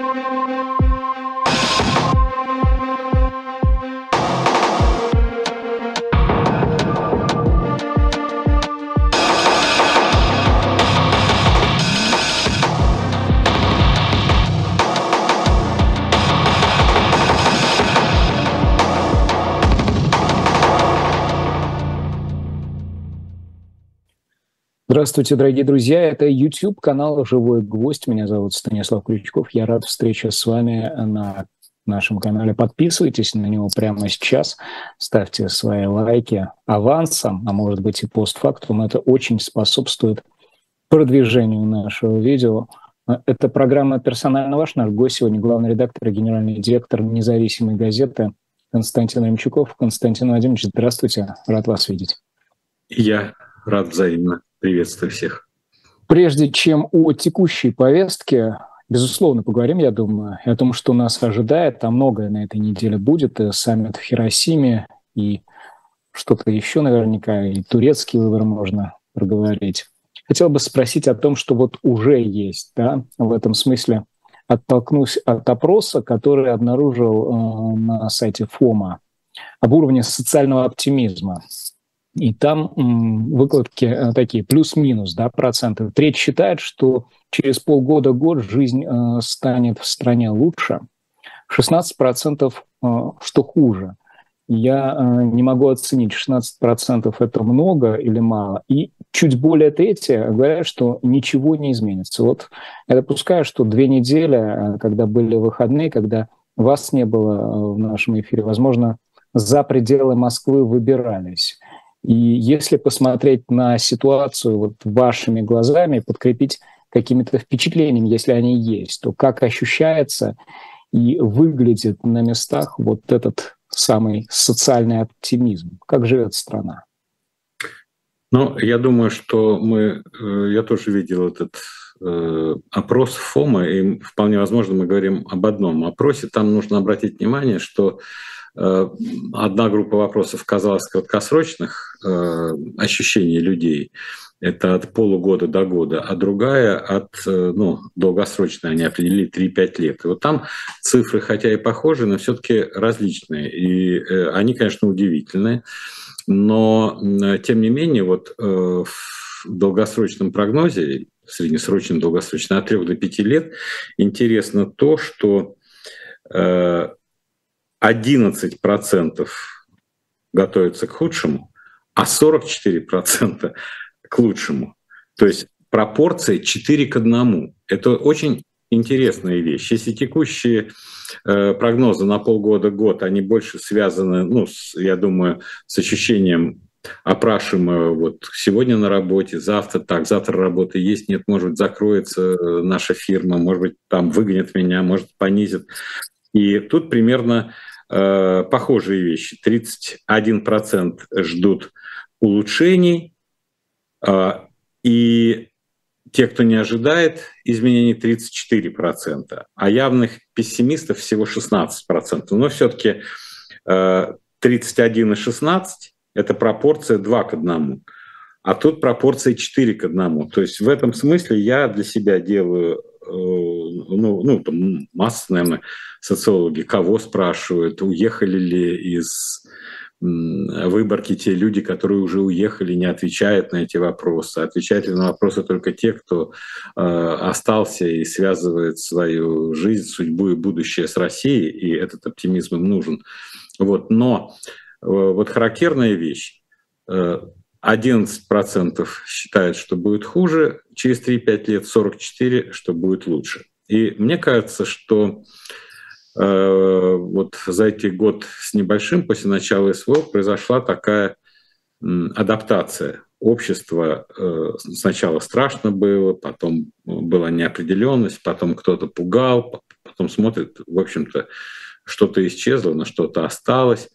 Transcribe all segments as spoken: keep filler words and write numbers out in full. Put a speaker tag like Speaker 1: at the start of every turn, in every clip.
Speaker 1: Здравствуйте, дорогие друзья. Это YouTube-канал «Живой гвоздь». Меня зовут Станислав Крючков. Я рад встрече с вами на нашем канале. Подписывайтесь на него прямо сейчас. Ставьте свои лайки авансом, а может быть и постфактум. Это очень способствует продвижению нашего видео. Это программа «Персонально ваш». Наш гость сегодня главный редактор и генеральный директор независимой газеты Константин Ремчуков. Константин Владимирович, здравствуйте. Рад вас видеть.
Speaker 2: Я рад взаимно. Приветствую всех.
Speaker 1: Прежде чем о текущей повестке, безусловно, поговорим, я думаю, и о том, что нас ожидает. Там многое на этой неделе будет. И саммит в Хиросиме, и что-то еще наверняка, и турецкий выбор можно проговорить. Хотел бы спросить о том, что вот уже есть, да, в этом смысле оттолкнусь от опроса, который обнаружил э, на сайте ФОМА об уровне социального оптимизма. И там м, выкладки э, такие, плюс-минус, да, проценты. Треть считает, что через полгода-год жизнь э, станет в стране лучше. шестнадцать процентов, э, что хуже. Я э, не могу оценить, шестнадцать процентов это много или мало. И чуть более трети говорят, что ничего не изменится. Вот я допускаю, что две недели, э, когда были выходные, когда вас не было э, в нашем эфире, возможно, за пределы Москвы выбирались. И если посмотреть на ситуацию вот вашими глазами, подкрепить какими-то впечатлениями, если они есть, то как ощущается и выглядит на местах вот этот самый социальный оптимизм? Как живет страна?
Speaker 2: Ну, я думаю, что мы... Я тоже видел этот э, опрос ФОМа, и вполне возможно мы говорим об одном опросе. Там нужно обратить внимание, что одна группа вопросов казалась краткосрочных э, ощущений людей, это от полугода до года, а другая от ну, долгосрочной, они определили три-пять лет. И вот там цифры, хотя и похожи, но все-таки различные. И э, они, конечно, удивительные. Но, э, тем не менее, вот э, в долгосрочном прогнозе, среднесрочном, долгосрочном, от трех до пяти лет, интересно то, что э, одиннадцать процентов готовятся к худшему, а сорок четыре процента к лучшему. То есть пропорция четыре к одному. Это очень интересная вещь. Если текущие э, прогнозы на полгода-год, они больше связаны, ну, с, я думаю, с ощущением опрашиваемого вот сегодня на работе, завтра так, завтра работы есть, нет, может быть, закроется наша фирма, может быть, там выгонят меня, может, понизят. И тут примерно э, похожие вещи. тридцать один процент ждут улучшений, э, и те, кто не ожидает изменений, тридцать четыре процента, а явных пессимистов всего шестнадцать процентов. Но все-таки э, тридцать один и шестнадцать – это пропорция два к одному, а тут пропорция четыре к одному. То есть в этом смысле я для себя делаю... Ну, ну, там масса, наверное, социологи, кого спрашивают, уехали ли из выборки те люди, которые уже уехали, не отвечают на эти вопросы. Отвечают ли на вопросы только те, кто э, остался и связывает свою жизнь, судьбу и будущее с Россией, и этот оптимизм им нужен. Вот. Но э, вот характерная вещь. Э, одиннадцать процентов считают, что будет хуже через три-пять лет, сорок четыре процента, что будет лучше. И мне кажется, что э, вот за эти год с небольшим после начала СВО произошла такая э, адаптация общества. Э, сначала страшно было, потом была неопределенность, потом кто-то пугал, потом смотрит, в общем-то, что-то исчезло, но что-то осталось.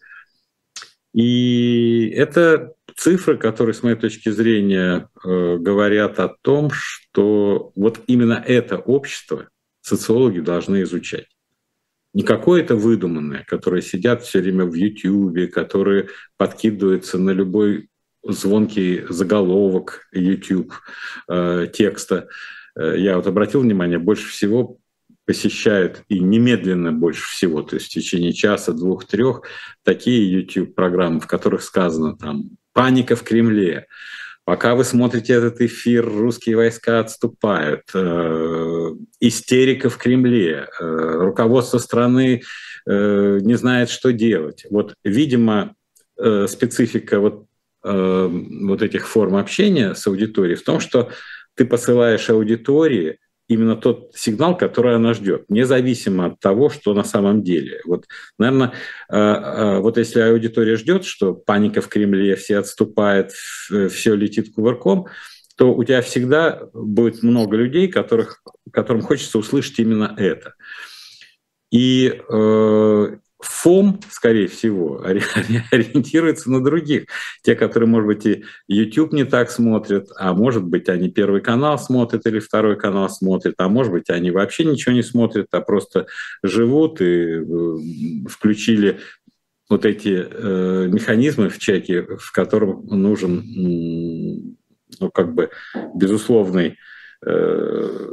Speaker 2: И это цифры, которые, с моей точки зрения, э, говорят о том, что вот именно это общество социологи должны изучать. Не какое-то выдуманное, которые сидят все время в Ютьюбе, которые подкидываются на любой звонкий заголовок YouTube э, текста. Э, я вот обратил внимание, больше всего посещают и немедленно больше всего, то есть в течение часа, двух, трех, такие YouTube-программы, в которых сказано там «Паника в Кремле», пока вы смотрите этот эфир, русские войска отступают, э, истерика в Кремле, э, руководство страны э, не знает, что делать. Вот, видимо, э, специфика вот, э, вот этих форм общения с аудиторией в том, что ты посылаешь аудитории именно тот сигнал, который она ждет, независимо от того, что на самом деле. Вот, наверное, вот если аудитория ждет, что паника в Кремле, все отступают, все летит кувырком, то у тебя всегда будет много людей, которых, которым хочется услышать именно это. И э, ФОМ, скорее всего, ориентируется на других. Те, которые, может быть, и YouTube не так смотрят, а может быть, они Первый канал смотрят или Второй канал смотрят, а может быть, они вообще ничего не смотрят, а просто живут и включили вот эти э, механизмы в чеке, в котором нужен, ну, как бы, безусловный, э,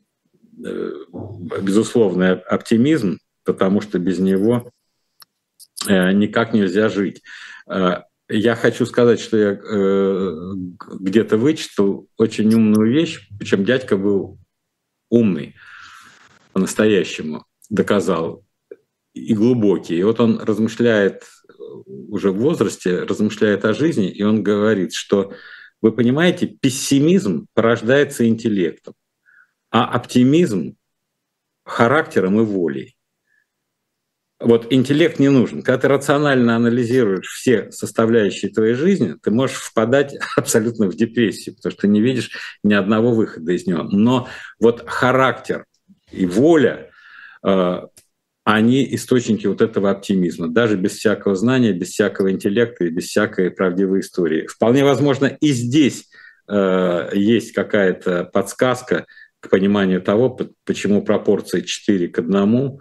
Speaker 2: безусловный оптимизм, потому что без него никак нельзя жить. Я хочу сказать, что я где-то вычитал очень умную вещь, причем дядька был умный по-настоящему, доказал, и глубокий. И вот он размышляет уже в возрасте, размышляет о жизни, и он говорит, что, вы понимаете, пессимизм порождается интеллектом, а оптимизм — характером и волей. Вот интеллект не нужен. Когда ты рационально анализируешь все составляющие твоей жизни, ты можешь впадать абсолютно в депрессию, потому что ты не видишь ни одного выхода из него. Но вот характер и воля, э, они источники вот этого оптимизма, даже без всякого знания, без всякого интеллекта и без всякой правдивой истории. Вполне возможно, и здесь э, есть какая-то подсказка к пониманию того, почему пропорция четыре к одному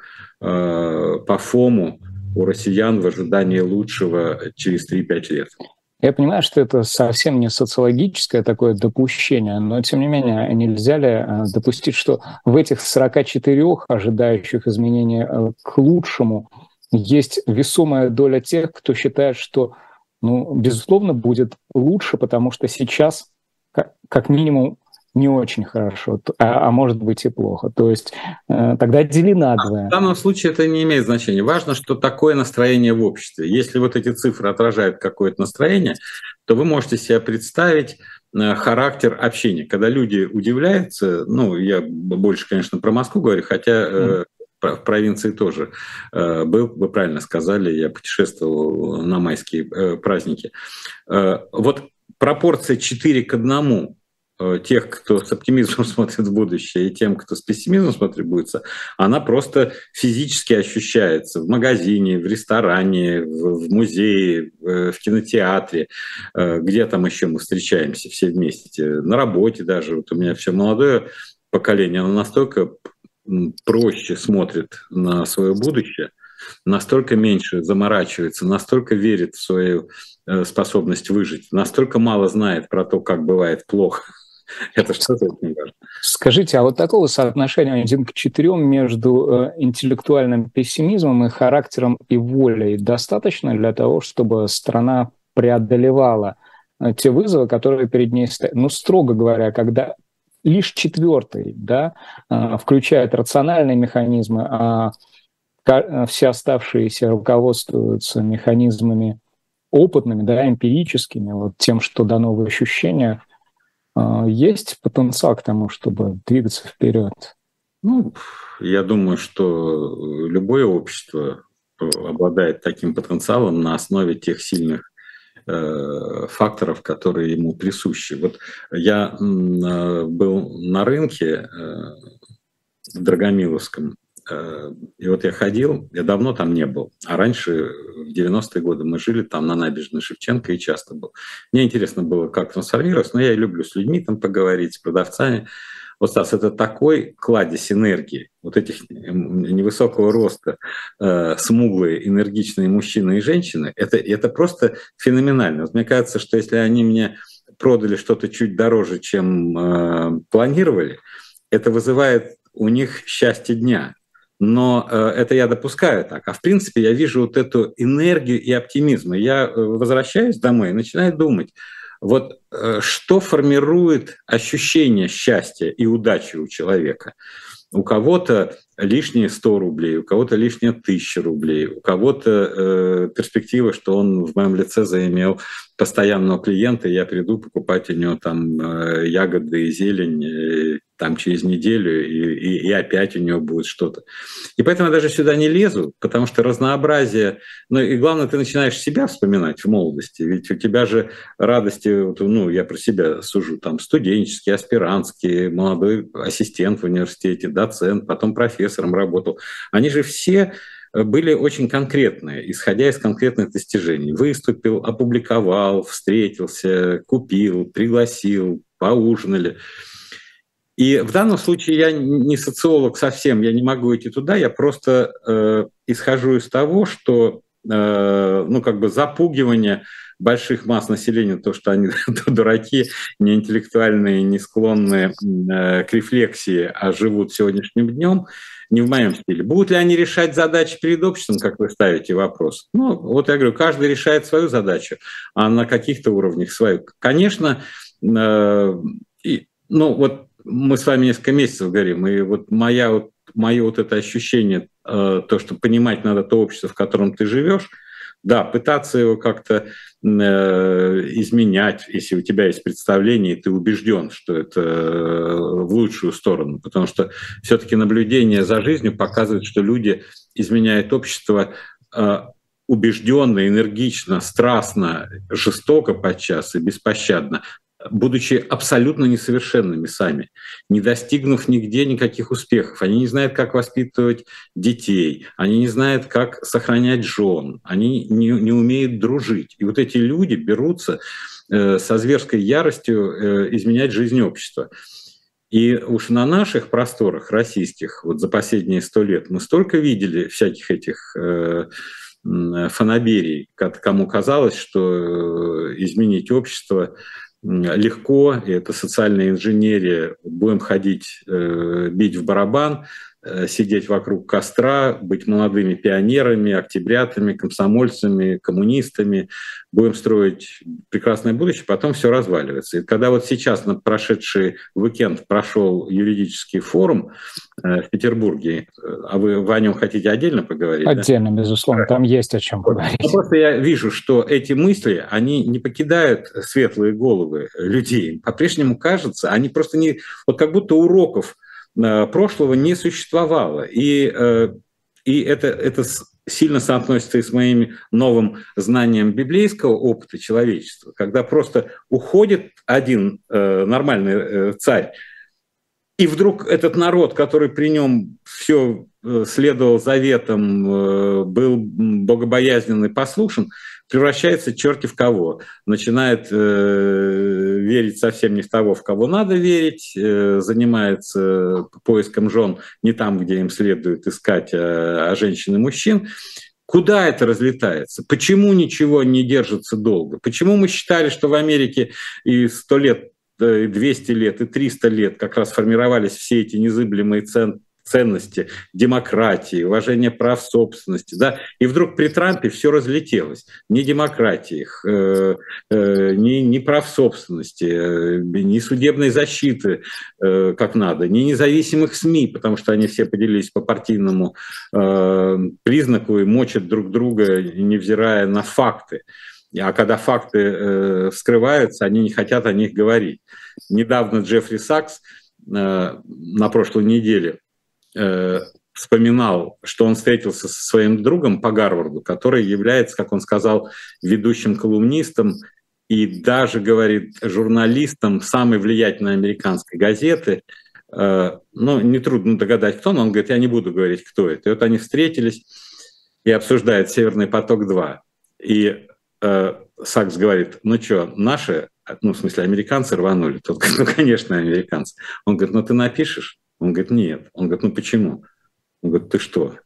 Speaker 2: э, по ФОМу у россиян в ожидании лучшего через три-пять лет.
Speaker 1: Я понимаю, что это совсем не социологическое такое допущение, но тем не менее нельзя ли допустить, что в этих сорока четырёх ожидающих изменений к лучшему есть весомая доля тех, кто считает, что, ну, безусловно, будет лучше, потому что сейчас, как минимум, не очень хорошо, а, а может быть и плохо. То есть э, тогда дели на двое.
Speaker 2: В данном случае это не имеет значения. Важно, что такое настроение в обществе. Если вот эти цифры отражают какое-то настроение, то вы можете себе представить э, характер общения. Когда люди удивляются, ну, я больше, конечно, про Москву говорю, хотя э, в провинции тоже э, был, вы правильно сказали, я путешествовал на майские э, праздники. Э, вот пропорция четыре к одному тех, кто с оптимизмом смотрит в будущее, и тем, кто с пессимизмом смотрит в будущее, она просто физически ощущается в магазине, в ресторане, в, в музее, в кинотеатре, где там еще мы встречаемся все вместе, на работе даже. Вот у меня все молодое поколение, оно настолько проще смотрит на свое будущее, настолько меньше заморачивается, настолько верит в свою способность выжить, настолько мало знает про то, как бывает плохо. Это что-то очень важно.
Speaker 1: Скажите, а вот такого соотношения один к четырем между интеллектуальным пессимизмом и характером и волей достаточно для того, чтобы страна преодолевала те вызовы, которые перед ней стоят? Ну, строго говоря, когда лишь четвертый, да, включает рациональные механизмы, а все оставшиеся руководствуются механизмами опытными, да, эмпирическими, вот тем, что дано в ощущениях, есть потенциал к тому, чтобы двигаться вперед?
Speaker 2: Ну, я думаю, что любое общество обладает таким потенциалом на основе тех сильных э, факторов, которые ему присущи. Вот я э, был на рынке э, в Драгомиловском, э, и вот я ходил, я давно там не был, а раньше, в девяностые годы, мы жили там на набережной Шевченко и часто был. Мне интересно было, как трансформироваться, но я люблю с людьми там поговорить, с продавцами. Вот, Стас, это такой кладезь энергии, вот этих невысокого роста, э, смуглые, энергичные мужчины и женщины, это, это просто феноменально. Вот мне кажется, что если они мне продали что-то чуть дороже, чем э, планировали, это вызывает у них счастье дня. Но э, это я допускаю так. А в принципе я вижу вот эту энергию и оптимизм. И я возвращаюсь домой и начинаю думать, вот э, что формирует ощущение счастья и удачи у человека. У кого-то лишние сто рублей, у кого-то лишние тысяча рублей, у кого-то э, перспектива, что он в моем лице заимел постоянного клиента, и я приду покупать у него там э, ягоды и зелень э, там через неделю, и, и, и опять у него будет что-то. И поэтому я даже сюда не лезу, потому что разнообразие... Ну и главное, ты начинаешь себя вспоминать в молодости, ведь у тебя же радости, ну я про себя сужу, там студенческие, аспирантские, молодой ассистент в университете, доцент, потом профессором работал. Они же все были очень конкретные, исходя из конкретных достижений. Выступил, опубликовал, встретился, купил, пригласил, поужинали. И в данном случае я не социолог совсем, я не могу идти туда, я просто э, исхожу из того, что э, ну, как бы запугивание больших масс населения, то, что они дураки, не интеллектуальные, не склонные э, к рефлексии, а живут сегодняшним днем, не в моем стиле. Будут ли они решать задачи перед обществом, как вы ставите вопрос? Ну, вот я говорю, каждый решает свою задачу, а на каких-то уровнях свою. Конечно, э, и, ну вот мы с вами несколько месяцев говорим, и вот моя вот, мое вот это ощущение, э, то, что понимать надо то общество, в котором ты живешь, да, пытаться его как-то э, изменять, если у тебя есть представление, и ты убежден, что это э, в лучшую сторону, потому что все-таки наблюдение за жизнью показывает, что люди изменяют общество э, убежденно, энергично, страстно, жестоко подчас и беспощадно, будучи абсолютно несовершенными сами, не достигнув нигде никаких успехов. Они не знают, как воспитывать детей, они не знают, как сохранять жен, они не, не умеют дружить. И вот эти люди берутся э, со зверской яростью э, изменять жизнь общества. И уж на наших просторах российских, вот за последние сто лет, мы столько видели всяких этих э, фанаберий, кому казалось, что изменить общество легко, и это социальная инженерия, будем ходить, э, бить в барабан, э, сидеть вокруг костра, быть молодыми пионерами, октябрятами, комсомольцами, коммунистами, будем строить прекрасное будущее, потом все разваливается. И когда вот сейчас на прошедший уикенд прошел юридический форум э, в Петербурге, а вы, вы о нем хотите отдельно поговорить?
Speaker 1: Отдельно,
Speaker 2: да?
Speaker 1: Безусловно, там есть о чем поговорить.
Speaker 2: Ну, просто я вижу, что эти мысли, они не покидают светлые головы людей. По-прежнему кажется, они просто не... Вот как будто уроков э, прошлого не существовало. И, э, и это, это сильно соотносится и с моим новым знанием библейского опыта человечества, когда просто уходит один э, нормальный э, царь, и вдруг этот народ, который при нем все следовал заветам, был богобоязненный, послушен, превращается черти в кого. Начинает э, верить совсем не в того, в кого надо верить, э, занимается поиском жен не там, где им следует искать, а, а женщин и мужчин. Куда это разлетается? Почему ничего не держится долго? Почему мы считали, что в Америке и сто лет, и двести лет, и триста лет как раз формировались все эти незыблемые цен, ценности демократии, уважения прав собственности, да, и вдруг при Трампе все разлетелось. Ни демократии, э, э, ни, ни прав собственности, э, ни судебной защиты, э, как надо, ни независимых СМИ, потому что они все поделились по партийному э, признаку и мочат друг друга, невзирая на факты. А когда факты э, вскрываются, они не хотят о них говорить. Недавно Джеффри Сакс э, на прошлой неделе э, вспоминал, что он встретился со своим другом по Гарварду, который является, как он сказал, ведущим колумнистом и даже, говорит, журналистом самой влиятельной американской газеты. Э, ну, нетрудно догадать, кто, но он говорит, я не буду говорить, кто это. И вот они встретились и обсуждают «Северный поток-два». И Сакс говорит, ну что, наши, ну, в смысле, американцы рванули. Тот говорит, ну, конечно, американцы. Он говорит, ну, ты напишешь? Он говорит, нет. Он говорит, ну, почему? Он говорит, ты что?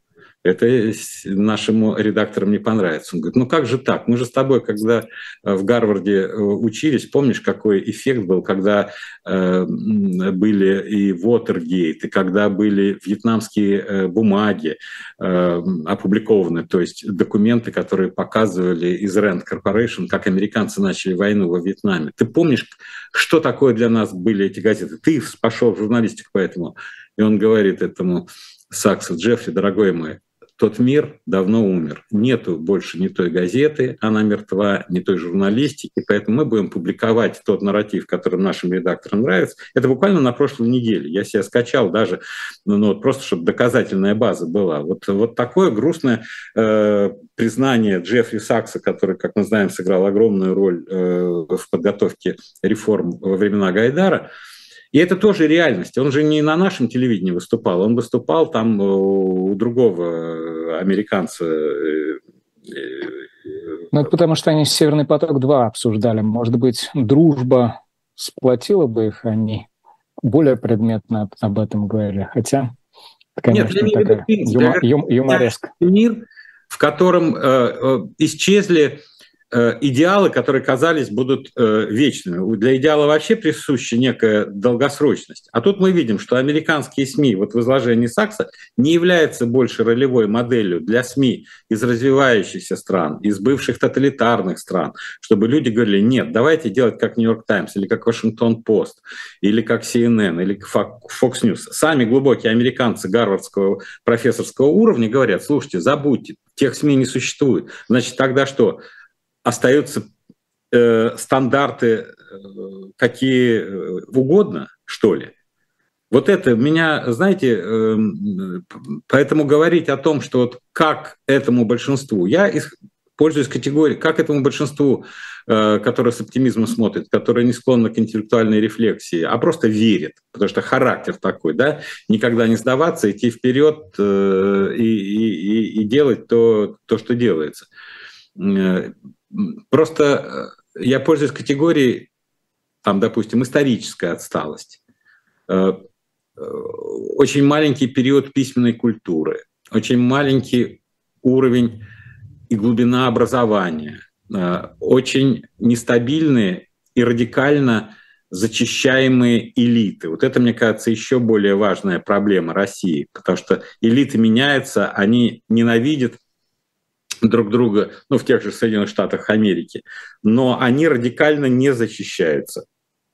Speaker 2: Это нашим редакторам не понравится. Он говорит, ну как же так? Мы же с тобой, когда в Гарварде учились, помнишь, какой эффект был, когда э, были и Watergate, и когда были вьетнамские бумаги э, опубликованы, то есть документы, которые показывали из Rand Corporation, как американцы начали войну во Вьетнаме. Ты помнишь, что такое для нас были эти газеты? Ты пошел в журналистику поэтому. И он говорит этому Саксу: Джеффри, дорогой мой, тот мир давно умер. Нету больше ни той газеты, она мертва, ни той журналистики, поэтому мы будем публиковать тот нарратив, который нашим редакторам нравится. Это буквально на прошлой неделе. Я себя скачал даже, ну, ну, просто чтобы доказательная база была. Вот, вот такое грустное э, признание Джеффри Сакса, который, как мы знаем, сыграл огромную роль э, в подготовке реформ во времена Гайдара. И это тоже реальность. Он же не на нашем телевидении выступал, он выступал там у другого американца.
Speaker 1: Ну, это потому что они «Северный поток-два» обсуждали. Может быть, дружба сплотила бы их, они более предметно об этом говорили. Хотя, конечно,
Speaker 2: Нет,
Speaker 1: такая юма, ю, юмореска.
Speaker 2: Мир, в котором э, э, исчезли идеалы, которые, казались, будут э, вечными. Для идеала вообще присуща некая долгосрочность. А тут мы видим, что американские СМИ, вот в изложении Сакса, не являются больше ролевой моделью для СМИ из развивающихся стран, из бывших тоталитарных стран, чтобы люди говорили, нет, давайте делать как Нью-Йорк Таймс, или как Вашингтон-Пост, или как Си Эн Эн, или как Фокс Ньюс. Сами глубокие американцы гарвардского профессорского уровня говорят, слушайте, забудьте, тех СМИ не существует. Значит, тогда что? Остаются э, стандарты э, какие угодно, что ли. Вот это меня, знаете, э, поэтому говорить о том, что вот как этому большинству, я пользуюсь категорией, как этому большинству, э, которое с оптимизмом смотрит, которое не склонно к интеллектуальной рефлексии, а просто верит, потому что характер такой, да, никогда не сдаваться, идти вперед э, и, и, и делать то, то, что делается. Просто я пользуюсь категорией, там, допустим, историческая отсталость, очень маленький период письменной культуры, очень маленький уровень и глубина образования, очень нестабильные и радикально зачищаемые элиты. Вот это, мне кажется, еще более важная проблема России, потому что элиты меняются, они ненавидят друг друга, ну, в тех же Соединенных Штатах Америки, но они радикально не защищаются.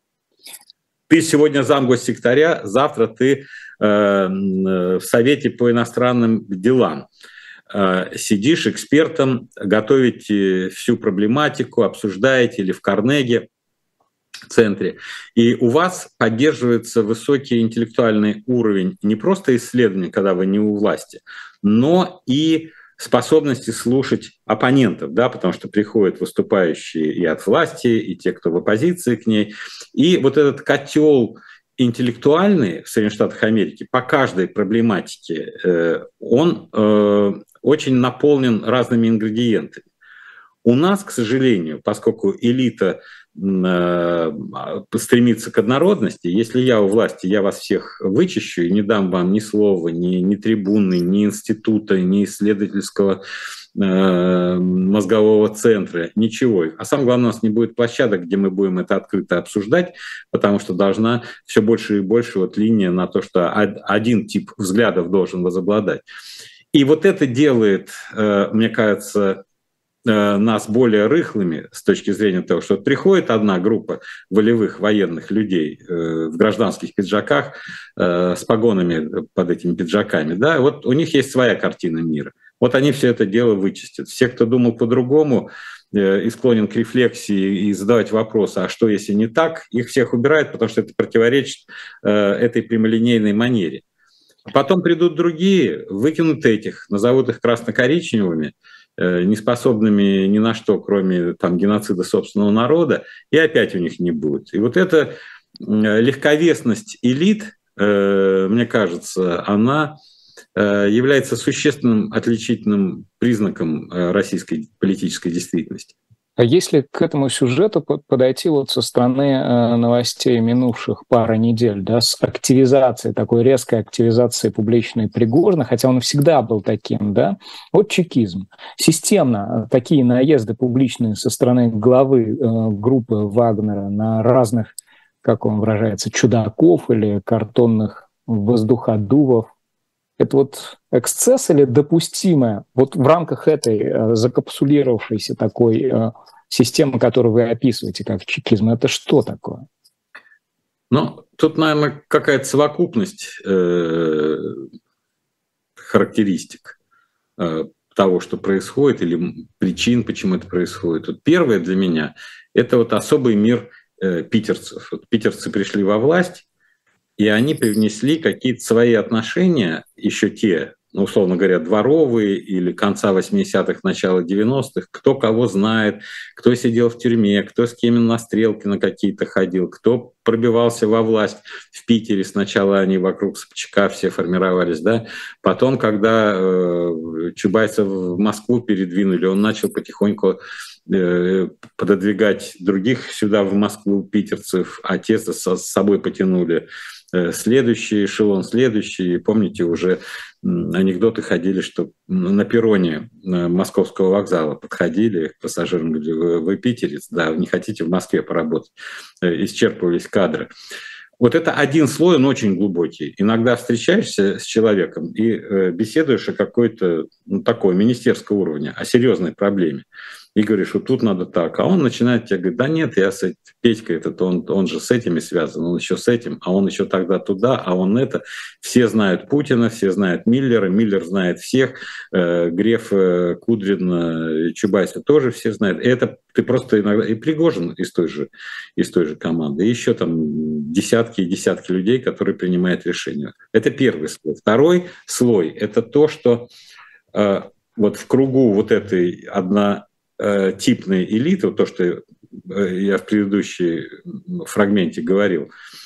Speaker 2: Ты сегодня замгоссекретаря, завтра ты э, в Совете по иностранным делам. Э, сидишь экспертом, готовите всю проблематику, обсуждаете или в Карнеги центре. И у вас поддерживается высокий интеллектуальный уровень не просто исследований, когда вы не у власти, но и способности слушать оппонентов, да, потому что приходят выступающие и от власти, и те, кто в оппозиции к ней. И вот этот котел интеллектуальный в Соединенных Штатах Америки по каждой проблематике, он очень наполнен разными ингредиентами. У нас, к сожалению, поскольку элита стремится к однородности, если я у власти, я вас всех вычищу и не дам вам ни слова, ни, ни трибуны, ни института, ни исследовательского э, мозгового центра, ничего. А самое главное, у нас не будет площадок, где мы будем это открыто обсуждать, потому что должна все больше и больше вот линия на то, что один тип взглядов должен возобладать. И вот это делает, э, мне кажется, нас более рыхлыми с точки зрения того, что приходит одна группа волевых военных людей в гражданских пиджаках с погонами под этими пиджаками, да, вот у них есть своя картина мира. Вот они все это дело вычистят. Все, кто думал по-другому и склонен к рефлексии и задавать вопросы, а что если не так, их всех убирают, потому что это противоречит этой прямолинейной манере. Потом придут другие, выкинут этих, назовут их красно-коричневыми, неспособными ни на что, кроме там, геноцида собственного народа, и опять у них не будет. И вот эта легковесность элит, мне кажется, она является существенным отличительным признаком российской политической действительности.
Speaker 1: А если к этому сюжету подойти вот со стороны э, новостей минувших пары недель, да, с активизацией, такой резкой активизацией публичной Пригожина, хотя он всегда был таким, да, вот чекизм. Системно такие наезды публичные со стороны главы э, группы Вагнера на разных, как он выражается, чудаков или картонных воздуходувов, это вот эксцесс или допустимое вот в рамках этой э, закапсулировавшейся такой э, системы, которую вы описываете как чекизм, это что такое?
Speaker 2: Ну, тут, наверное, какая-то совокупность э, характеристик э, того, что происходит, или причин, почему это происходит. Вот первое для меня – это вот особый мир э, питерцев. Вот питерцы пришли во власть, и они привнесли какие-то свои отношения, еще те, ну, условно говоря, дворовые или конца восьмидесятых, начала девяностых, кто кого знает, кто сидел в тюрьме, кто с кем на стрелки на какие-то ходил, кто пробивался во власть в Питере. Сначала они вокруг Собчака все формировались, да. Потом, когда э, Чубайса в Москву передвинули, он начал потихоньку э, пододвигать других сюда, в Москву, питерцев, а те с собой потянули следующий эшелон, следующий. Помните, уже анекдоты ходили, что на перроне Московского вокзала подходили к пассажирам, говорили: вы питерец, да, не хотите в Москве поработать. Исчерпывались кадры. Вот это один слой, он очень глубокий. Иногда встречаешься с человеком и беседуешь о какой-то, ну, такой министерского уровня, о серьезной проблеме. И говоришь, вот тут надо так. А он начинает тебе говорить: да нет, я с этим, Петька этот, он, он же с этими связан, он еще с этим, а он еще тогда туда, а он это. Все знают Путина, все знают Миллера, Миллер знает всех, э, Греф, э, Кудрин, э, Чубайса тоже все знают. И это ты просто иногда... И Пригожин из той же, из той же команды. И еще там десятки и десятки людей, которые принимают решения. Это первый слой. Второй слой – это то, что э, вот в кругу вот этой одна типной элиты, то, что я в предыдущем фрагменте говорил,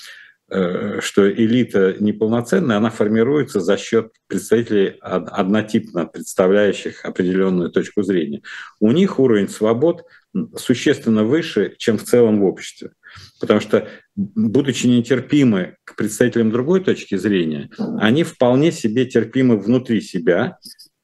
Speaker 2: что элита неполноценная, она формируется за счет представителей однотипно представляющих определенную точку зрения. У них уровень свобод существенно выше, чем в целом в обществе. Потому что, будучи нетерпимы к представителям другой точки зрения, они вполне себе терпимы внутри себя.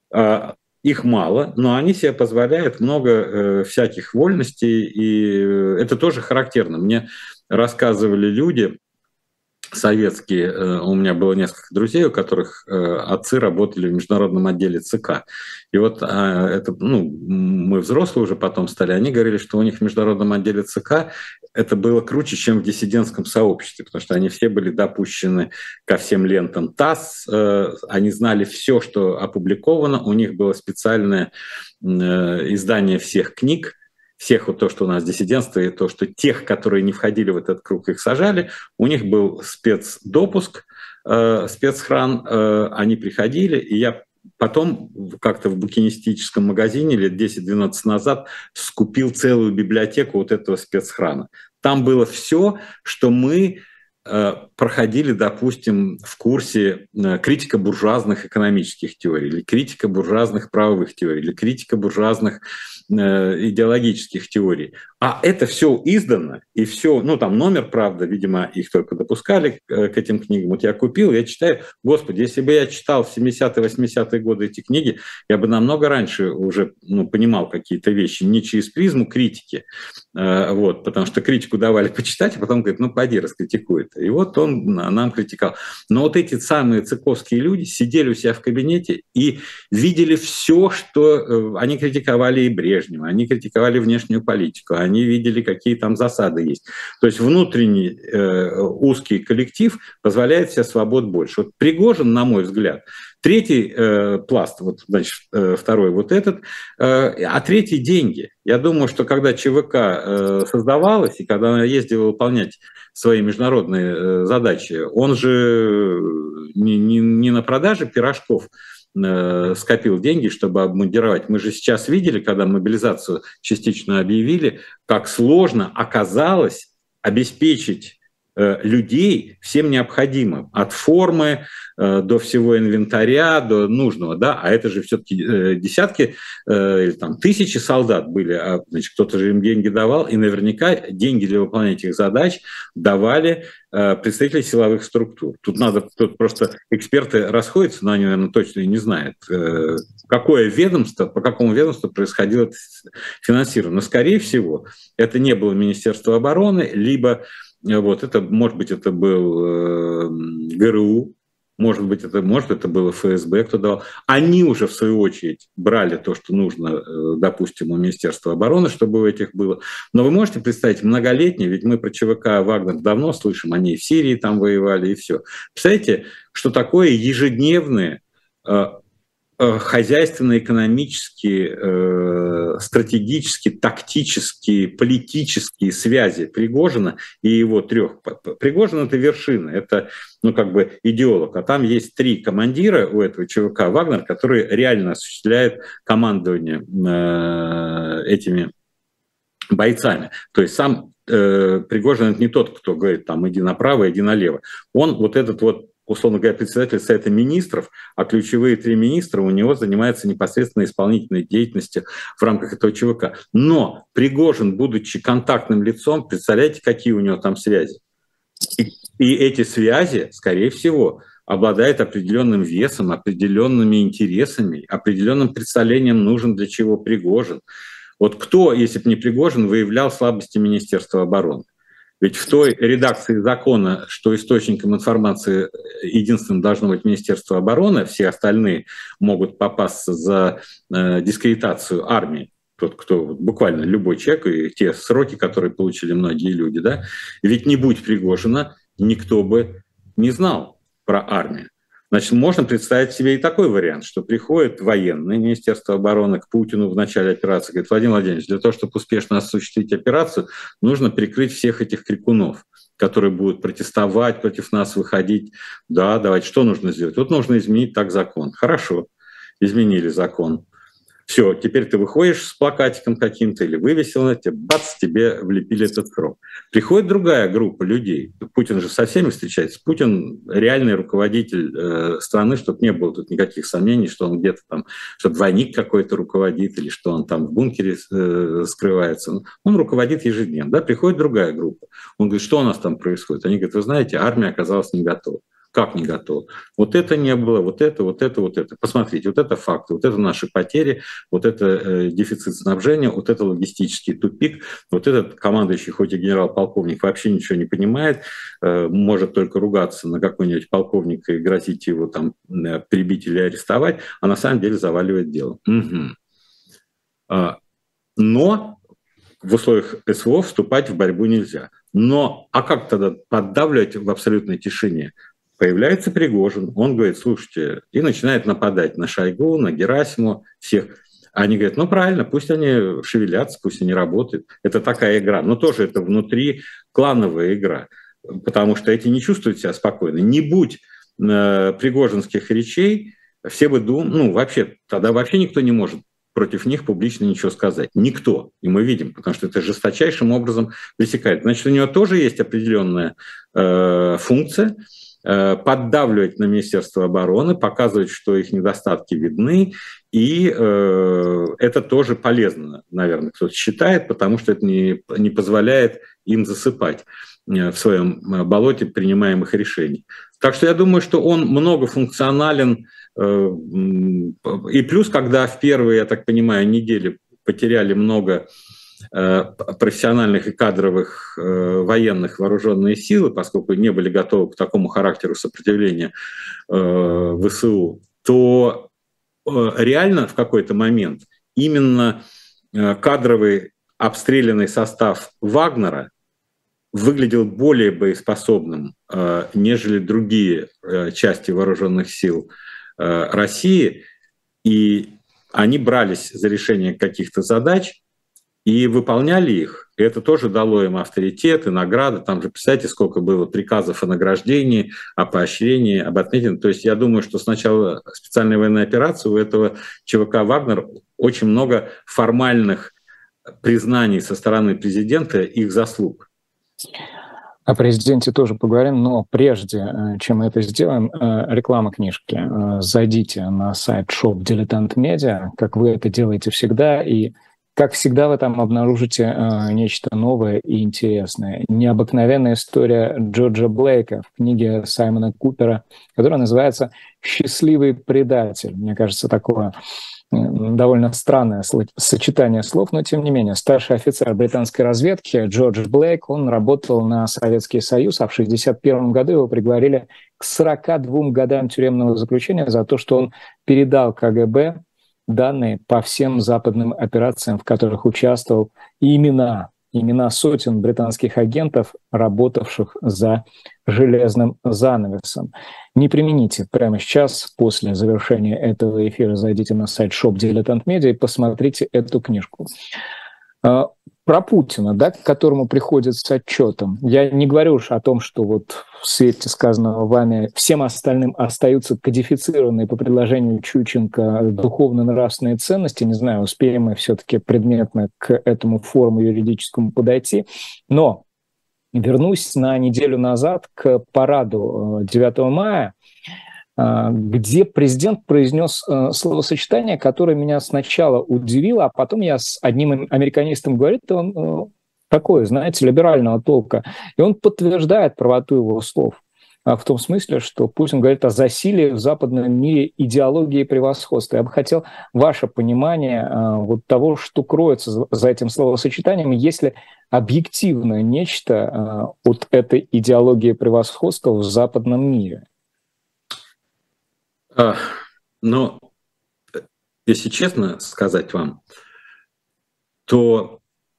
Speaker 2: Их мало, но они себе позволяют много э, всяких вольностей, и это тоже характерно. Мне рассказывали люди советские, э, у меня было несколько друзей, у которых э, отцы работали в международном отделе ЦК. И вот э, это, ну, мы взрослые уже потом стали, они говорили, что у них в международном отделе ЦК это было круче, чем в диссидентском сообществе, потому что они все были допущены ко всем лентам ТАСС, э, они знали все, что опубликовано, у них было специальное э, издание всех книг, всех вот то, что у нас диссидентство, и то, что тех, которые не входили в этот круг, их сажали, у них был спецдопуск, э, спецхран, э, они приходили, и я потом как-то в букинистическом магазине лет десять-двенадцать назад скупил целую библиотеку вот этого спецхрана. Там было все, что мы э, проходили, допустим, в курсе э, критика буржуазных экономических теорий, или критика буржуазных правовых теорий, или критика буржуазных идеологических теорий. А это все издано, и все, ну там номер, правда, видимо, их только допускали к этим книгам. Вот я купил, я читаю, господи, если бы я читал в семидесятые, восьмидесятые годы эти книги, я бы намного раньше уже, ну, понимал какие-то вещи, не через призму критики, вот, потому что критику давали почитать, а потом говорит, ну, пойди, раскритикуй это. И вот он нам критиковал. Но вот эти самые цыковские люди сидели у себя в кабинете и видели все, что они критиковали и Брежнева, они критиковали внешнюю политику, они видели, какие там засады есть. То есть внутренний э, узкий коллектив позволяет себе свобод больше. Вот Пригожин, на мой взгляд, третий э, пласт, вот, значит, э, второй вот этот, э, а третий – деньги. Я думаю, что когда ЧВК э, создавалась и когда она ездила выполнять свои международные э, задачи, он же не, не, не на продаже пирожков скопил деньги, чтобы обмундировать. Мы же сейчас видели, когда мобилизацию частично объявили, как сложно оказалось обеспечить людей всем необходимым, от формы до всего инвентаря, до нужного, да, а это же все-таки десятки или там тысячи солдат были, а, значит, кто-то же им деньги давал, и наверняка деньги для выполнения этих задач давали представители силовых структур. Тут надо, тут просто эксперты расходятся, но они, наверное, точно и не знают, какое ведомство, по какому ведомству происходило это финансирование. Но, скорее всего, это не было Министерство обороны, либо вот это, может быть, это был э, ГРУ, может быть, это, может, это было эф эс бэ, кто давал. Они уже, в свою очередь, брали то, что нужно, э, допустим, у Министерства обороны, чтобы у этих было. Но вы можете представить, многолетние, ведь мы про ЧВК «Вагнер» давно слышим, они и в Сирии там воевали, и все. Представляете, что такое ежедневные э, хозяйственно-экономические, э, стратегические, тактические, политические связи Пригожина и его трех. Пригожин – это вершина, это, ну, как бы идеолог, а там есть три командира у этого ЧВК «Вагнер», которые реально осуществляют командование э, этими бойцами. То есть сам э, Пригожин – это не тот, кто говорит, там, иди направо, иди налево. Он вот этот вот, условно говоря, председатель Совета министров, а ключевые три министра у него занимаются непосредственно исполнительной деятельностью в рамках этого ЧВК. Но Пригожин, будучи контактным лицом, представляете, какие у него там связи? И, и эти связи, скорее всего, обладают определенным весом, определенными интересами, определенным представлением, нужен для чего Пригожин. Вот кто, если бы не Пригожин, выявлял слабости Министерства обороны? Ведь в той редакции закона, что источником информации единственным должно быть Министерство обороны, все остальные могут попасться за э, дискредитацию армии, тот, кто буквально любой человек, и те сроки, которые получили многие люди, да, ведь не будь Пригожина, никто бы не знал про армию. Значит, можно представить себе и такой вариант, что приходит военное Министерство обороны к Путину в начале операции, говорит: Владимир Владимирович, для того, чтобы успешно осуществить операцию, нужно прикрыть всех этих крикунов, которые будут протестовать, против нас выходить. Да, давайте, что нужно сделать? Вот нужно изменить так закон. Хорошо, изменили закон. Все, теперь ты выходишь с плакатиком каким-то или вывесил на тебе, бац, тебе влепили этот срок. Приходит другая группа людей. Путин же со всеми встречается. Путин реальный руководитель э, страны, чтобы не было тут никаких сомнений, что он где-то там, что двойник какой-то руководит или что он там в бункере э, скрывается. Он руководит ежедневно. Да? Приходит другая группа. Он говорит: что у нас там происходит? Они говорят: вы знаете, армия оказалась не готова. Как не готов? Вот это не было, вот это, вот это, вот это. Посмотрите, вот это факты, вот это наши потери, вот это э, дефицит снабжения, вот это логистический тупик, вот этот командующий, хоть и генерал-полковник, вообще ничего не понимает, э, может только ругаться на какой-нибудь полковника и грозить его там э, прибить или арестовать, а на самом деле заваливает дело. Угу. А, но в условиях эс вэ о вступать в борьбу нельзя. Но, а как тогда поддавливать в абсолютной тишине? Появляется Пригожин, он говорит: слушайте, и начинает нападать на Шойгу, на Герасимова, всех. Они говорят: ну правильно, пусть они шевелятся, пусть они работают. Это такая игра, но тоже это внутри клановая игра, потому что эти не чувствуют себя спокойно. Не будь э, пригожинских речей, все бы думали, ну вообще, тогда вообще никто не может против них публично ничего сказать. Никто. И мы видим, потому что это жесточайшим образом пресекает. Значит, у него тоже есть определенная э, функция, поддавливать на Министерство обороны, показывать, что их недостатки видны, и э, это тоже полезно, наверное, кто-то считает, потому что это не, не позволяет им засыпать в своем болоте принимаемых решений. Так что я думаю, что он многофункционален, э, и плюс, когда в первые, я так понимаю, недели потеряли много профессиональных и кадровых э, военных вооруженные силы, поскольку не были готовы к такому характеру сопротивления э, вэ эс у, то э, реально в какой-то момент именно э, кадровый обстрелянный состав Вагнера выглядел более боеспособным, э, нежели другие э, части вооруженных сил э, России, и они брались за решение каких-то задач и выполняли их. И это тоже дало им авторитет и награды. Там же, представьте, сколько было приказов о награждении, о поощрении, об отметке. То есть я думаю, что с начала специальной военной операции у этого ЧВК «Вагнер» очень много формальных признаний со стороны президента их заслуг.
Speaker 1: О президенте тоже поговорим, но прежде, чем мы это сделаем, реклама книжки. Зайдите на сайт Shop Dilettant Media, как вы это делаете всегда, и, как всегда, вы там обнаружите нечто новое и интересное. Необыкновенная история Джорджа Блейка в книге Саймона Купера, которая называется «Счастливый предатель». Мне кажется, такое довольно странное сочетание слов, но тем не менее. Старший офицер британской разведки Джордж Блейк, он работал на Советский Союз, а в шестьдесят первом году его приговорили к сорока двум годам тюремного заключения за то, что он передал КГБ данные по всем западным операциям, в которых участвовал, и имена, имена сотен британских агентов, работавших за железным занавесом. Не примените прямо сейчас, после завершения этого эфира, зайдите на сайт Shop Dilettant Media и посмотрите эту книжку. Про Путина, да, к которому приходят с отчетом. Я не говорю уж о том, что вот в свете сказанного вами всем остальным остаются кодифицированные по предложению Чученко духовно-нравственные ценности. Не знаю, успеем мы все-таки предметно к этому форуму юридическому подойти. Но вернусь на неделю назад к параду девятого мая, где президент произнес словосочетание, которое меня сначала удивило, а потом я с одним американистом говорю, он такой, знаете, либерального толка, и он подтверждает правоту его слов. В том смысле, что Путин говорит о засилии в западном мире идеологии превосходства. Я бы хотел ваше понимание вот того, что кроется за этим словосочетанием, если объективно нечто от этой идеологии превосходства в западном мире.
Speaker 2: Но, если честно сказать вам, то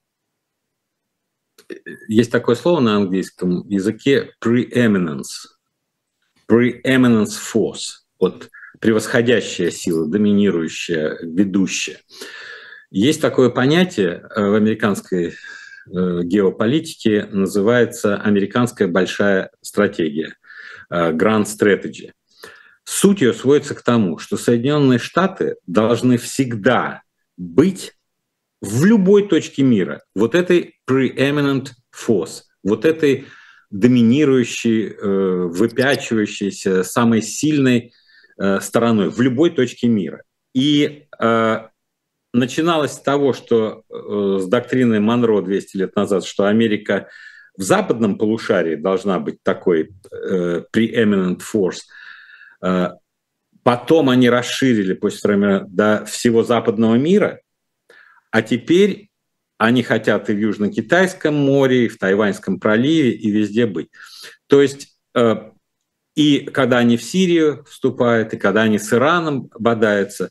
Speaker 2: есть такое слово на английском языке preeminence, preeminence force, вот превосходящая сила, доминирующая, ведущая. Есть такое понятие в американской геополитике, называется американская большая стратегия, grand strategy. Суть ее сводится к тому, что Соединенные Штаты должны всегда быть в любой точке мира вот этой preeminent force, вот этой доминирующей, выпячивающейся, самой сильной стороной в любой точке мира. И начиналось с того, что с доктрины Монро двести лет назад, что Америка в западном полушарии должна быть такой preeminent force. Потом они расширили после Второй мировой до всего западного мира, а теперь они хотят и в Южно-Китайском море, и в Тайваньском проливе, и везде быть. То есть и когда они в Сирию вступают, и когда они с Ираном бодаются,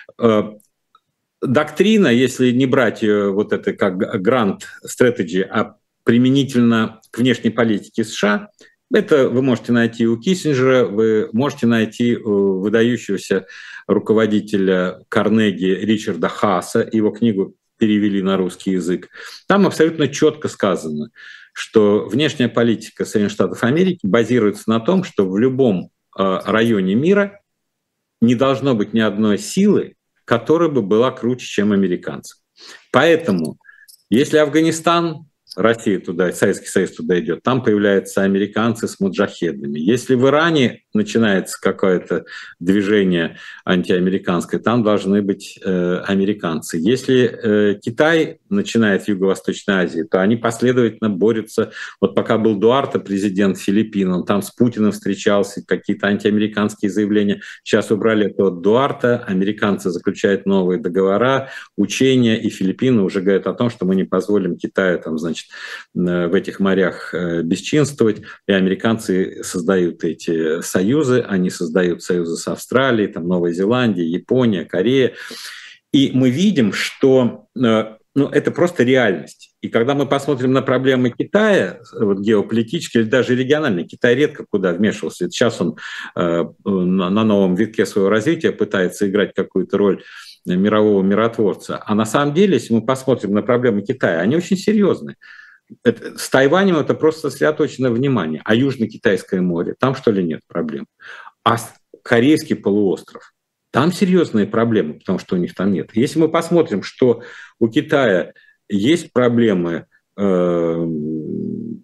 Speaker 2: доктрина, если не брать ее вот это как grand strategy, а применительно к внешней политике США, это вы можете найти у Киссинджера, вы можете найти у выдающегося руководителя Карнеги Ричарда Хаса, его книгу перевели на русский язык. Там абсолютно четко сказано, что внешняя политика Соединенных Штатов Америки базируется на том, что в любом районе мира не должно быть ни одной силы, которая бы была круче, чем американцы. Поэтому, если Афганистан, Россия туда, Советский Союз туда идет, там появляются американцы с муджахедами. Если в Иране начинается какое-то движение антиамериканское, там должны быть э, американцы. Если э, Китай начинает в Юго-Восточной Азии, то они последовательно борются. Вот пока был Дуарте, президент Филиппин, он там с Путиным встречался, какие-то антиамериканские заявления. Сейчас убрали это от Дуарте, американцы заключают новые договора, учения, и Филиппины уже говорят о том, что мы не позволим Китаю там, значит, в этих морях бесчинствовать, и американцы создают эти союзы, они создают союзы с Австралией, там, Новой Зеландией, Япония, Корея, и мы видим, что ну, это просто реальность. И когда мы посмотрим на проблемы Китая, вот, геополитические или даже региональные, Китай редко куда вмешивался. Сейчас он э, на новом витке своего развития пытается играть какую-то роль мирового миротворца. А на самом деле, если мы посмотрим на проблемы Китая, они очень серьезные. Это, с Тайванем это просто сосредоточено внимание. А Южно-Китайское море, там что ли нет проблем? А Корейский полуостров, там серьезные проблемы, потому что у них там нет. Если мы посмотрим, что у Китая есть проблемы э,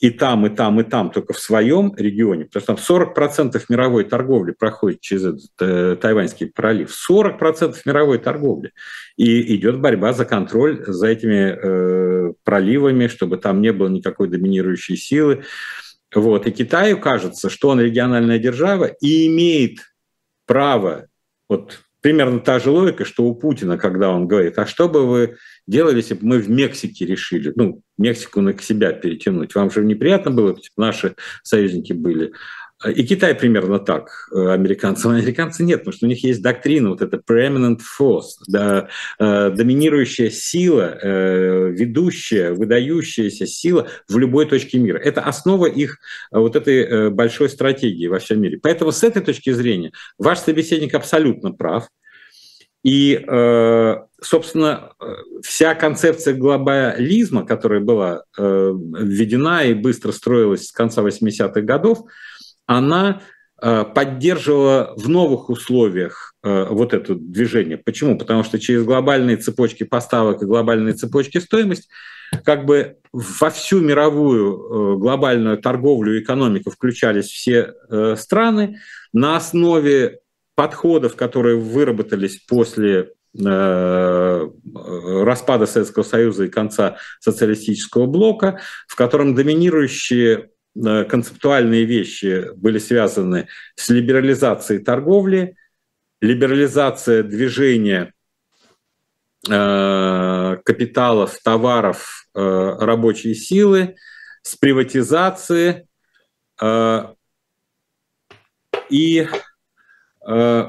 Speaker 2: и там, и там, и там, только в своем регионе, потому что там сорок процентов мировой торговли проходит через этот э, Тайваньский пролив, сорок процентов мировой торговли, и идет борьба за контроль за этими э, проливами, чтобы там не было никакой доминирующей силы. Вот. И Китаю кажется, что он региональная держава и имеет право, вот примерно та же логика, что у Путина, когда он говорит, а что бы вы делали, если бы мы в Мексике решили, ну, Мексику на себя перетянуть, вам же неприятно было, чтобы наши союзники были. И Китай примерно так, американцы. А американцы нет, потому что у них есть доктрина, вот эта preeminent force, да, э, доминирующая сила, э, ведущая, выдающаяся сила в любой точке мира. Это основа их вот этой э, большой стратегии во всем мире. Поэтому с этой точки зрения ваш собеседник абсолютно прав. И, э, собственно, вся концепция глобализма, которая была э, введена и быстро строилась с конца восьмидесятых годов, она э, поддерживала в новых условиях э, вот это движение. Почему? Потому что через глобальные цепочки поставок и глобальные цепочки стоимости как бы во всю мировую э, глобальную торговлю и экономику включались все э, страны на основе подходов, которые выработались после э, распада Советского Союза и конца социалистического блока, в котором доминирующие концептуальные вещи были связаны с либерализацией торговли, либерализация движения э, капиталов, товаров, э, рабочей силы, с приватизацией э, и э,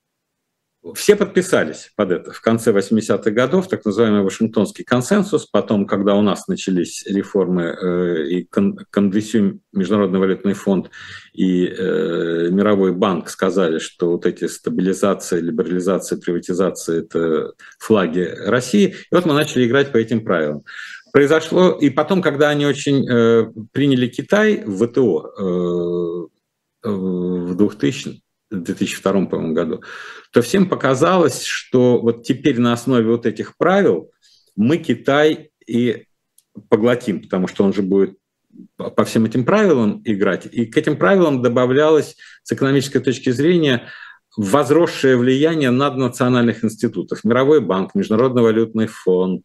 Speaker 2: все подписались под это в конце восьмидесятых годов, так называемый Вашингтонский консенсус. Потом, когда у нас начались реформы э, и Кондесю, Международный валютный фонд и э, Мировой банк сказали, что вот эти стабилизация, либерализация, приватизация – это флаги России. И вот мы начали играть по этим правилам. Произошло, и потом, когда они очень э, приняли Китай в ВТО э, в двухтысячном, в две тысячи втором, по-моему, году, то всем показалось, что вот теперь на основе вот этих правил мы Китай и поглотим, потому что он же будет по всем этим правилам играть. И к этим правилам добавлялось с экономической точки зрения возросшее влияние наднациональных институтов. Мировой банк, Международный валютный фонд,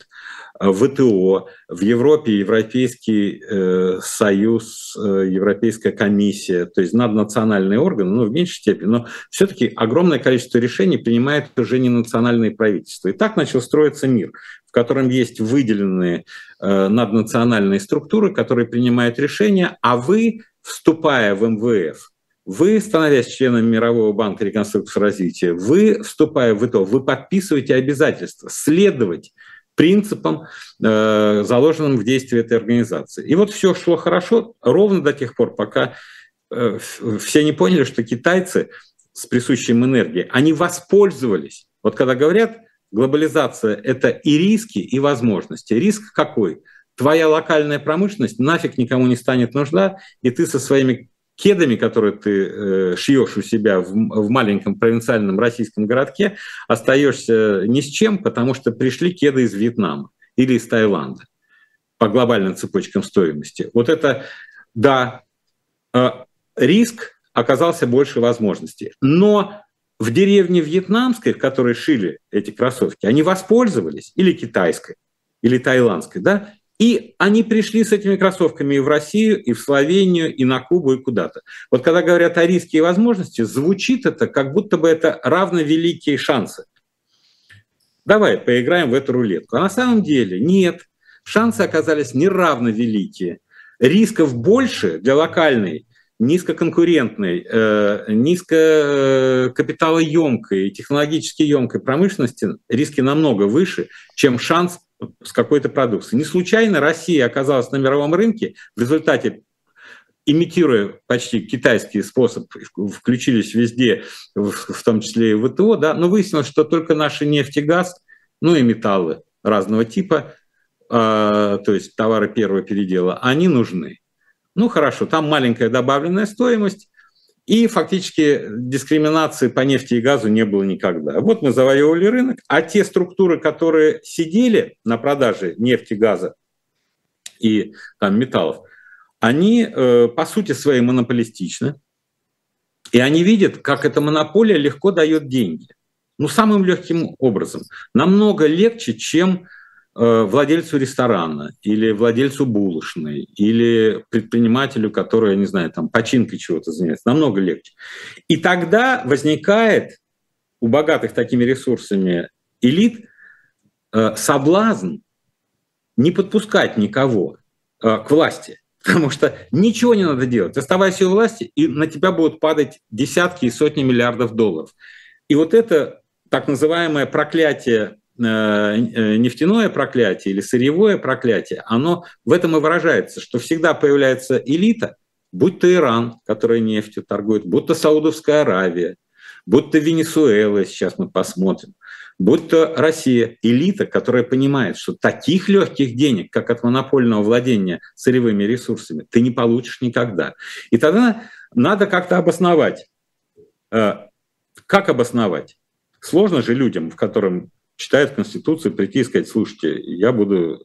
Speaker 2: ВТО, в Европе Европейский э, союз, э, Европейская комиссия, то есть наднациональные органы, ну, в меньшей степени, но все-таки огромное количество решений принимает уже не национальные правительства. И так начал строиться мир, в котором есть выделенные э, наднациональные структуры, которые принимают решения, а вы, вступая в эм вэ эф, вы, становясь членом Мирового банка реконструкции и развития, вы, вступая в ВТО, вы подписываете обязательства следовать принципам, э, заложенным в действии этой организации. И вот все шло хорошо ровно до тех пор, пока э, все не поняли, что китайцы с присущей им энергией, они воспользовались. Вот когда говорят, глобализация – это и риски, и возможности. Риск какой? Твоя локальная промышленность нафиг никому не станет нужна, и ты со своими кедами, которые ты э, шьешь у себя в, в маленьком провинциальном российском городке, остаешься ни с чем, потому что пришли кеды из Вьетнама или из Таиланда по глобальным цепочкам стоимости. Вот это, да, э, риск оказался больше возможностей. Но в деревне вьетнамской, в которой шили эти кроссовки, они воспользовались, или китайской, или таиландской, да, и они пришли с этими кроссовками и в Россию, и в Словению, и на Кубу, и куда-то. Вот когда говорят о риске и возможности, звучит это, как будто бы это равновеликие шансы. Давай поиграем в эту рулетку. А на самом деле нет. Шансы оказались неравновеликие. Рисков больше для локальной, низкоконкурентной, э, низкокапиталоемкой, технологически емкой промышленности риски намного выше, чем шанс с какой-то продукцией. Не случайно Россия оказалась на мировом рынке, в результате, имитируя почти китайский способ, включились везде, в том числе и в ВТО, да, но выяснилось, что только наши нефть и газ, ну и металлы разного типа, э, то есть товары первого передела, они нужны. Ну хорошо, там маленькая добавленная стоимость, и фактически дискриминации по нефти и газу не было никогда. Вот мы завоевывали рынок, а те структуры, которые сидели на продаже нефти, газа и там, металлов, они, по сути своей, монополистичны, и они видят, как эта монополия легко дает деньги. Ну, самым легким образом. Намного легче, чем владельцу ресторана или владельцу булочной или предпринимателю, который, я не знаю, там починкой чего-то занимается. Намного легче. И тогда возникает у богатых такими ресурсами элит соблазн не подпускать никого к власти. Потому что ничего не надо делать. Оставайся у власти, и на тебя будут падать десятки и сотни миллиардов долларов. И вот это так называемое проклятие, нефтяное проклятие или сырьевое проклятие, оно в этом и выражается, что всегда появляется элита, будь то Иран, который нефтью торгует, будь то Саудовская Аравия, будь то Венесуэла, сейчас мы посмотрим, будь то Россия, элита, которая понимает, что таких легких денег, как от монопольного владения сырьевыми ресурсами, ты не получишь никогда. И тогда надо как-то обосновать. Как обосновать? Сложно же людям, в котором читают Конституцию, прийти и сказать: слушайте, я буду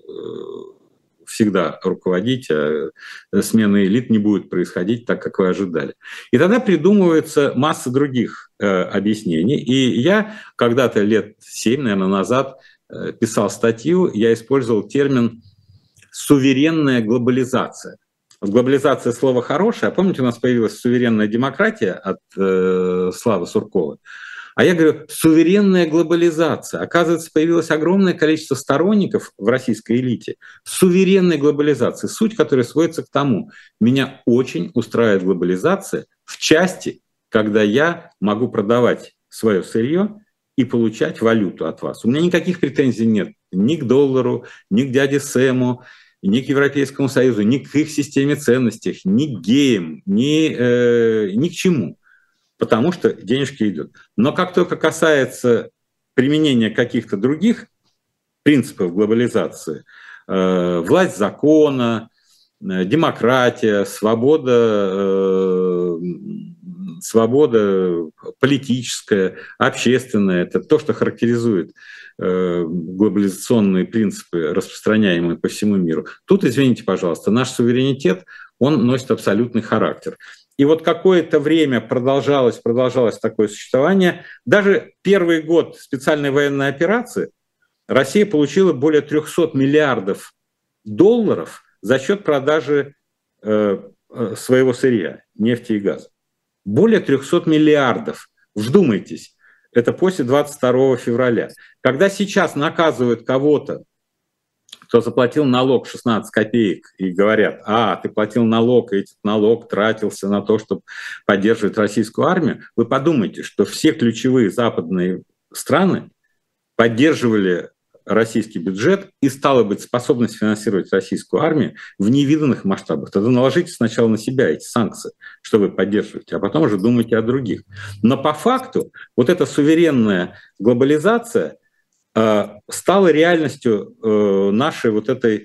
Speaker 2: всегда руководить, а смена элит не будет происходить так, как вы ожидали. И тогда придумывается масса других э, объяснений. И я когда-то лет семь, наверное, назад э, писал статью, я использовал термин «суверенная глобализация». Глобализация — слово хорошее, а помните, у нас появилась суверенная демократия от э, Славы Суркова? А я говорю, суверенная глобализация. Оказывается, появилось огромное количество сторонников в российской элите суверенной глобализации, суть которой сводится к тому: меня очень устраивает глобализация в части, когда я могу продавать свое сырье и получать валюту от вас. У меня никаких претензий нет ни к доллару, ни к дяде Сэму, ни к Европейскому Союзу, ни к их системе ценностей, ни к геям, ни, э, ни к чему. Потому что денежки идут. Но как только касается применения каких-то других принципов глобализации, э, власть закона, э, демократия, свобода, э, свобода политическая, общественная, это то, что характеризует э, глобализационные принципы, распространяемые по всему миру. Тут, извините, пожалуйста, наш суверенитет, он носит абсолютный характер. И вот какое-то время продолжалось, продолжалось такое существование. Даже первый год специальной военной операции Россия получила более трехсот миллиардов долларов за счет продажи э, своего сырья, нефти и газа. Более трехсот миллиардов. Вдумайтесь, это после двадцать второго февраля. Когда сейчас наказывают кого-то, кто заплатил налог шестнадцать копеек, и говорят: а, ты платил налог, и этот налог тратился на то, чтобы поддерживать российскую армию, вы подумайте, что все ключевые западные страны поддерживали российский бюджет и, стало быть, способность финансировать российскую армию в невиданных масштабах. Тогда наложите сначала на себя эти санкции, что вы поддерживаете, а потом уже думайте о других. Но по факту вот эта суверенная глобализация стала реальностью нашей вот этой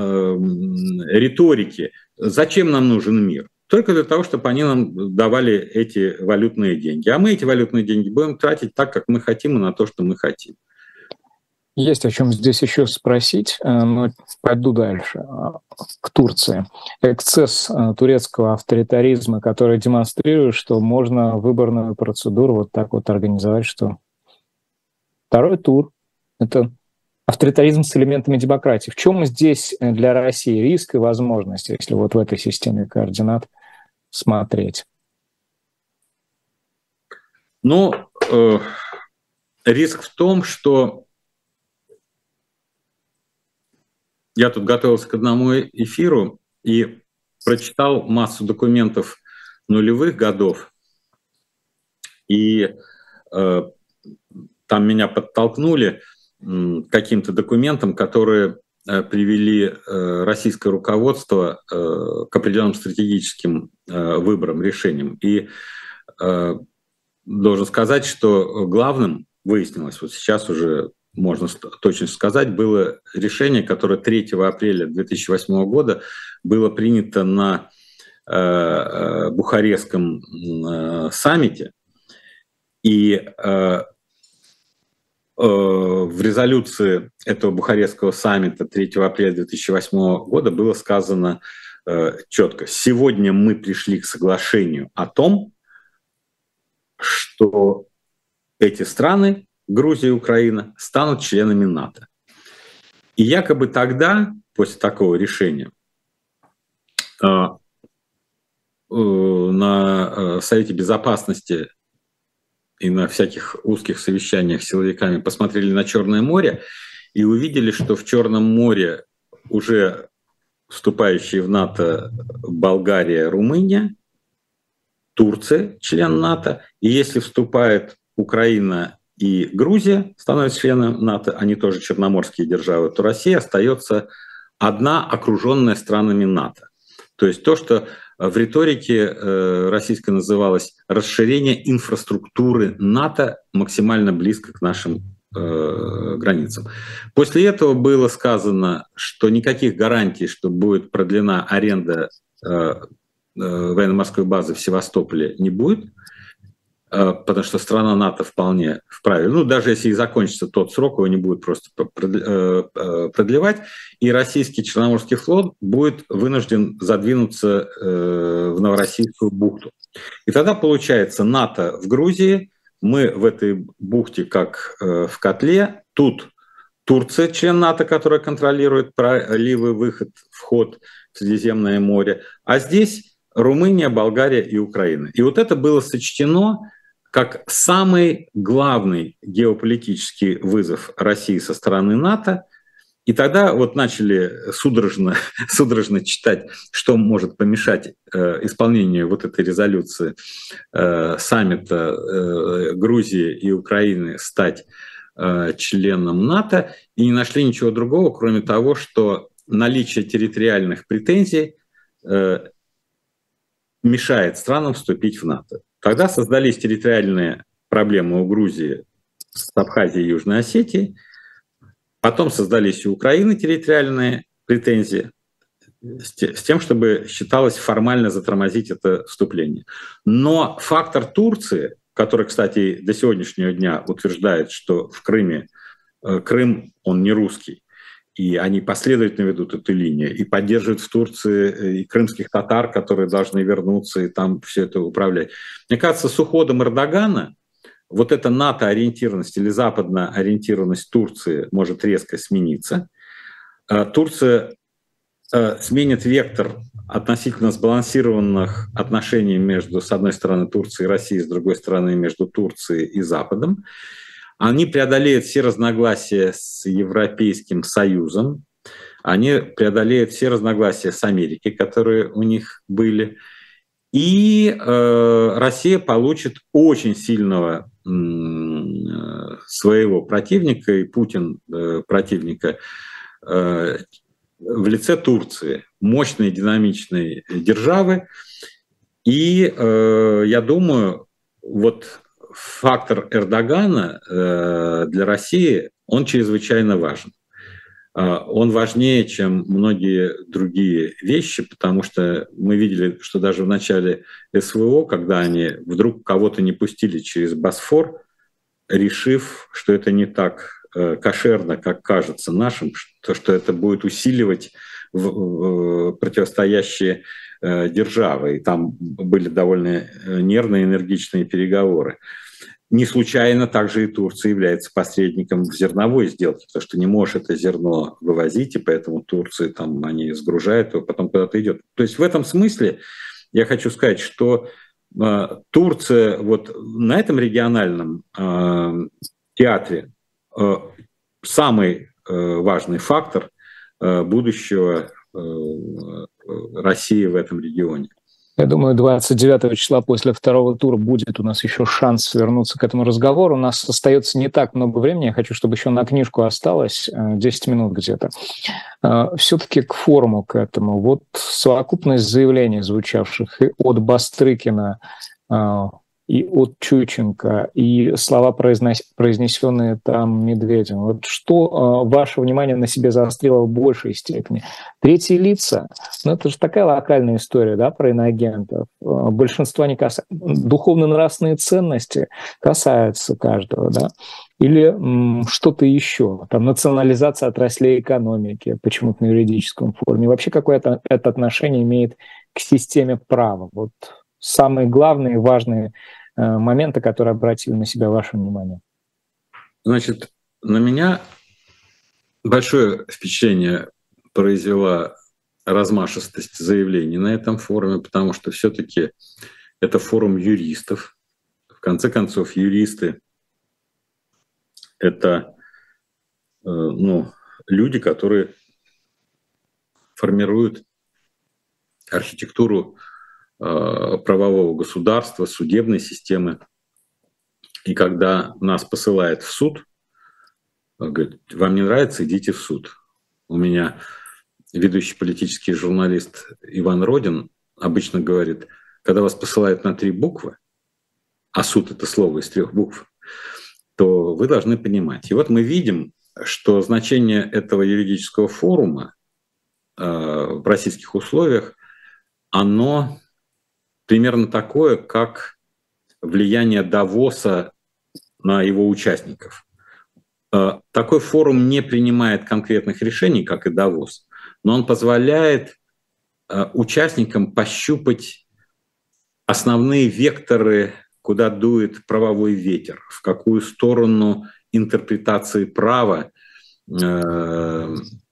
Speaker 2: риторики. Зачем нам нужен мир? Только для того, чтобы они нам давали эти валютные деньги. А мы эти валютные деньги будем тратить так, как мы хотим, и на то, что мы хотим.
Speaker 1: Есть о чем здесь еще спросить, но пойду дальше. К Турции. Эксцесс турецкого авторитаризма, который демонстрирует, что можно выборную процедуру вот так вот организовать, что второй тур — это авторитаризм с элементами демократии. В чем здесь для России риск и возможность, если вот в этой системе координат смотреть?
Speaker 2: Ну, э, риск в том, что я тут готовился к одному эфиру и прочитал массу документов нулевых годов, и э, там меня подтолкнули каким-то документам, которые привели российское руководство к определенным стратегическим выборам, решениям. И должен сказать, что главным выяснилось, вот сейчас уже можно точно сказать, было решение, которое третьего апреля две тысячи восьмого года было принято на Бухарестском саммите. И в резолюции этого Бухарестского саммита третьего апреля две тысячи восьмого года было сказано четко. Сегодня мы пришли к соглашению о том, что эти страны, Грузия и Украина, станут членами НАТО. И якобы тогда, после такого решения, на Совете Безопасности и на всяких узких совещаниях с силовиками посмотрели на Черное море и увидели, что в Черном море уже вступающие в НАТО Болгария, Румыния, Турция, член НАТО, и если вступает Украина и Грузия, становятся членами НАТО, они тоже черноморские державы, то Россия остается одна, окруженная странами НАТО. То есть то, что в риторике российской называлось расширение инфраструктуры НАТО максимально близко к нашим границам. После этого было сказано, что никаких гарантий, что будет продлена аренда военно-морской базы в Севастополе, не будет, потому что страна НАТО вполне вправе. Ну, даже если и закончится тот срок, его не будет просто продлевать, и российский Черноморский флот будет вынужден задвинуться в Новороссийскую бухту. И тогда получается НАТО в Грузии, мы в этой бухте как в котле, тут Турция, член НАТО, которая контролирует проливы, выход, вход в Средиземное море, а здесь Румыния, Болгария и Украина. И вот это было сочтено как самый главный геополитический вызов России со стороны НАТО. И тогда вот начали судорожно, судорожно читать, что может помешать э, исполнению вот этой резолюции э, саммита э, Грузии и Украины стать э, членом НАТО, и не нашли ничего другого, кроме того, что наличие территориальных претензий э, мешает странам вступить в НАТО. Тогда создались территориальные проблемы у Грузии с Абхазией и Южной Осетией, потом создались у Украины территориальные претензии с тем, чтобы считалось формально затормозить это вступление. Но фактор Турции, который, кстати, до сегодняшнего дня утверждает, что в Крыме Крым, он не русский, и они последовательно ведут эту линию, и поддерживают в Турции и крымских татар, которые должны вернуться и там все это управлять. Мне кажется, с уходом Эрдогана вот эта НАТО-ориентированность или западно-ориентированность Турции может резко смениться. Турция сменит вектор относительно сбалансированных отношений между, с одной стороны, Турцией и Россией, с другой стороны, между Турцией и Западом. Они преодолеют все разногласия с Европейским Союзом, они преодолеют все разногласия с Америкой, которые у них были, и э, Россия получит очень сильного э, своего противника, и Путин э, противника, э, в лице Турции, мощной динамичной державы. И э, я думаю, вот фактор Эрдогана э, для России, он чрезвычайно важен. Э, он важнее, чем многие другие вещи, потому что мы видели, что даже в начале СВО, когда они вдруг кого-то не пустили через Босфор, решив, что это не так э, кошерно, как кажется нашим, что, что это будет усиливать в, в, противостоящие э, державы. И там были довольно нервные, энергичные переговоры. Не случайно также и Турция является посредником в зерновой сделке, потому что не может это зерно вывозить, и поэтому Турция там, они сгружают его, потом куда-то идет. То есть в этом смысле я хочу сказать, что э, Турция вот на этом региональном э, театре э, самый э, важный фактор э, будущего э, России в этом регионе.
Speaker 1: Я думаю, двадцать девятого числа после второго тура будет у нас еще шанс вернуться к этому разговору. У нас остается не так много времени. Я хочу, чтобы еще на книжку осталось десять минут где-то. Все-таки к форуму, к этому. Вот совокупность заявлений, звучавших и от Бастрыкина, и от Чученко, и слова, произнес, произнесенные там Медведевым. Вот что э, ваше внимание на себе заострило в большей степени? Третьи лица, ну это же такая локальная история, да, про иноагентов. Э, большинства не касаются. Духовно-нравственные ценности касаются каждого, да. или м, что-то еще, там национализация отраслей экономики, почему-то на юридическом форуме. Вообще какое-то это отношение имеет к системе права? Вот самые главные важные э, моменты, которые обратили на себя ваше внимание.
Speaker 2: Значит, на меня большое впечатление произвела размашистость заявлений на этом форуме, потому что все-таки это форум юристов. В конце концов, юристы — это э, ну, люди, которые формируют архитектуру э, правового государства, судебной системы. И когда нас посылают в суд, говорят: вам не нравится, идите в суд. У меня ведущий политический журналист Иван Родин обычно говорит: когда вас посылают на три буквы, а суд — это слово из трех букв, то вы должны понимать. И вот мы видим, что значение этого юридического форума э, в российских условиях, оно примерно такое, как влияние Давоса на его участников. Э, такой форум не принимает конкретных решений, как и Давос, но он позволяет э, участникам пощупать основные векторы, куда дует правовой ветер, в какую сторону интерпретации права э,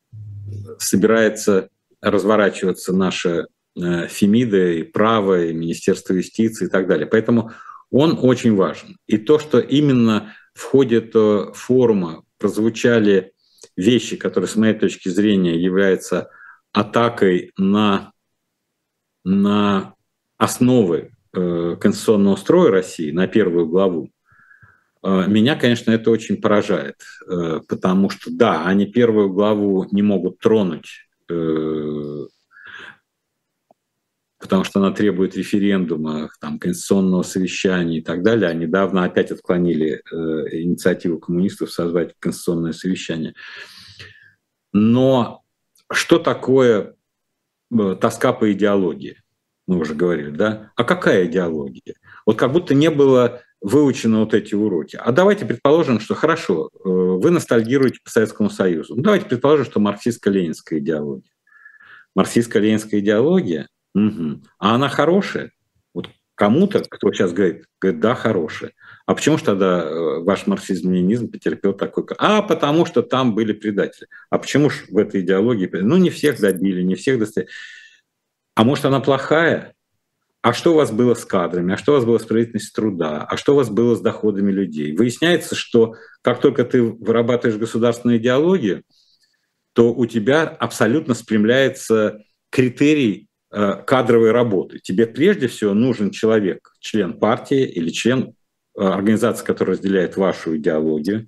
Speaker 2: собирается разворачиваться наша э, Фемида, и право, и Министерство юстиции и так далее. Поэтому он очень важен. И то, что именно в ходе этого форума прозвучали вещи, которые, с моей точки зрения, являются атакой на, на основы конституционного строя России, на первую главу, меня, конечно, это очень поражает, потому что, да, они первую главу не могут тронуть, потому что она требует референдума, там, конституционного совещания и так далее. А недавно опять отклонили инициативу коммунистов созвать конституционное совещание. Но что такое тоска по идеологии? Мы уже говорили, да? А какая идеология? Вот как будто не было выучено вот эти уроки. А давайте предположим, что хорошо, вы ностальгируете по Советскому Союзу. Ну, давайте предположим, что марксистско-ленинская идеология. Марксистско-ленинская идеология, угу. А она хорошая? Вот кому-то, кто сейчас говорит, говорит, да, хорошая. А почему же тогда ваш марксизм-ленинизм потерпел такой? А потому что там были предатели. А почему же в этой идеологии? Ну, не всех добили, не всех достали. А может, она плохая? А что у вас было с кадрами? А что у вас было с производительностью труда? А что у вас было с доходами людей? Выясняется, что как только ты вырабатываешь государственную идеологию, то у тебя абсолютно спрямляется критерий э, кадровой работы. Тебе прежде всего нужен человек, член партии или член э, организации, которая разделяет вашу идеологию.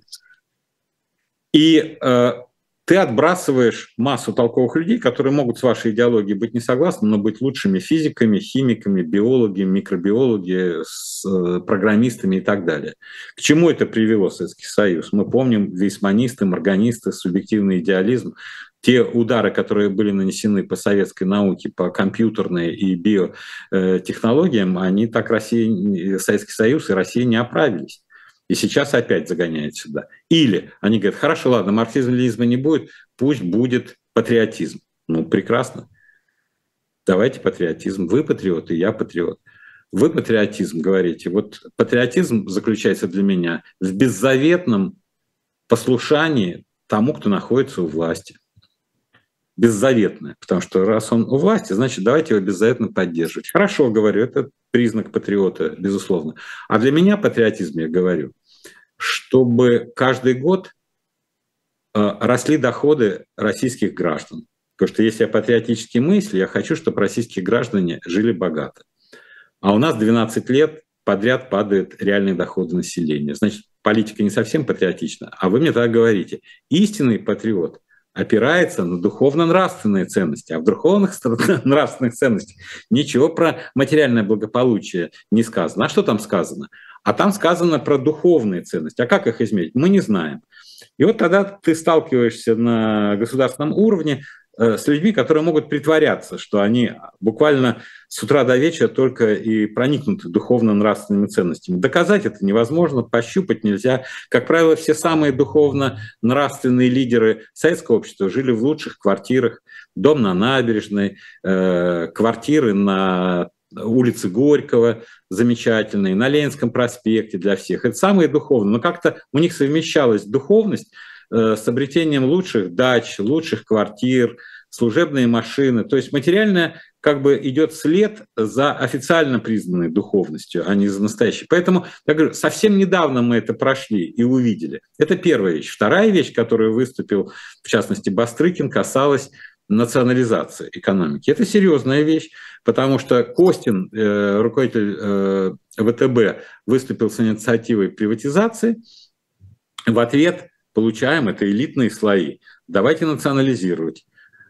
Speaker 2: И э, ты отбрасываешь массу толковых людей, которые могут с вашей идеологией быть не согласны, но быть лучшими физиками, химиками, биологами, микробиологами, с, э, программистами и так далее. К чему это привело Советский Союз? Мы помним вейсманисты, морганисты, субъективный идеализм. Те удары, которые были нанесены по советской науке, по компьютерной и биотехнологиям, они так Россия, Советский Союз и Россия не оправились. И сейчас опять загоняют сюда. Или они говорят: хорошо, ладно, марксизма-ленинизма не будет, пусть будет патриотизм. Ну, прекрасно. Давайте патриотизм. Вы патриот, и я патриот. Вы патриотизм говорите. Вот патриотизм заключается для меня в беззаветном послушании тому, кто находится у власти. Беззаветное. Потому что раз он у власти, значит, давайте его беззаветно поддерживать. Хорошо, говорю, это признак патриота, безусловно. А для меня патриотизм, я говорю, чтобы каждый год э, росли доходы российских граждан. Потому что если я патриотически мыслю, я хочу, чтобы российские граждане жили богато. А у нас двенадцать лет подряд падают реальные доходы населения. Значит, политика не совсем патриотична. А вы мне тогда говорите: истинный патриот опирается на духовно-нравственные ценности. А в духовных нравственных ценностях ничего про материальное благополучие не сказано. А что там сказано? А там сказано про духовные ценности. А как их измерить? Мы не знаем. И вот тогда ты сталкиваешься на государственном уровне с людьми, которые могут притворяться, что они буквально с утра до вечера только и проникнуты духовно-нравственными ценностями. Доказать это невозможно, пощупать нельзя. Как правило, все самые духовно-нравственные лидеры советского общества жили в лучших квартирах, дом на набережной, э, квартиры на улице Горького замечательные, на Ленинском проспекте для всех. Это самые духовные. Но как-то у них совмещалась духовность с обретением лучших дач, лучших квартир, служебные машины. То есть материальное как бы идет вслед за официально признанной духовностью, а не за настоящей. Поэтому, я говорю, совсем недавно мы это прошли и увидели. Это первая вещь. Вторая вещь, которую выступил, в частности, Бастрыкин, касалась национализации экономики. Это серьезная вещь, потому что Костин, э, руководитель э, ВТБ, выступил с инициативой приватизации. В ответ получаем это элитные слои. Давайте национализировать,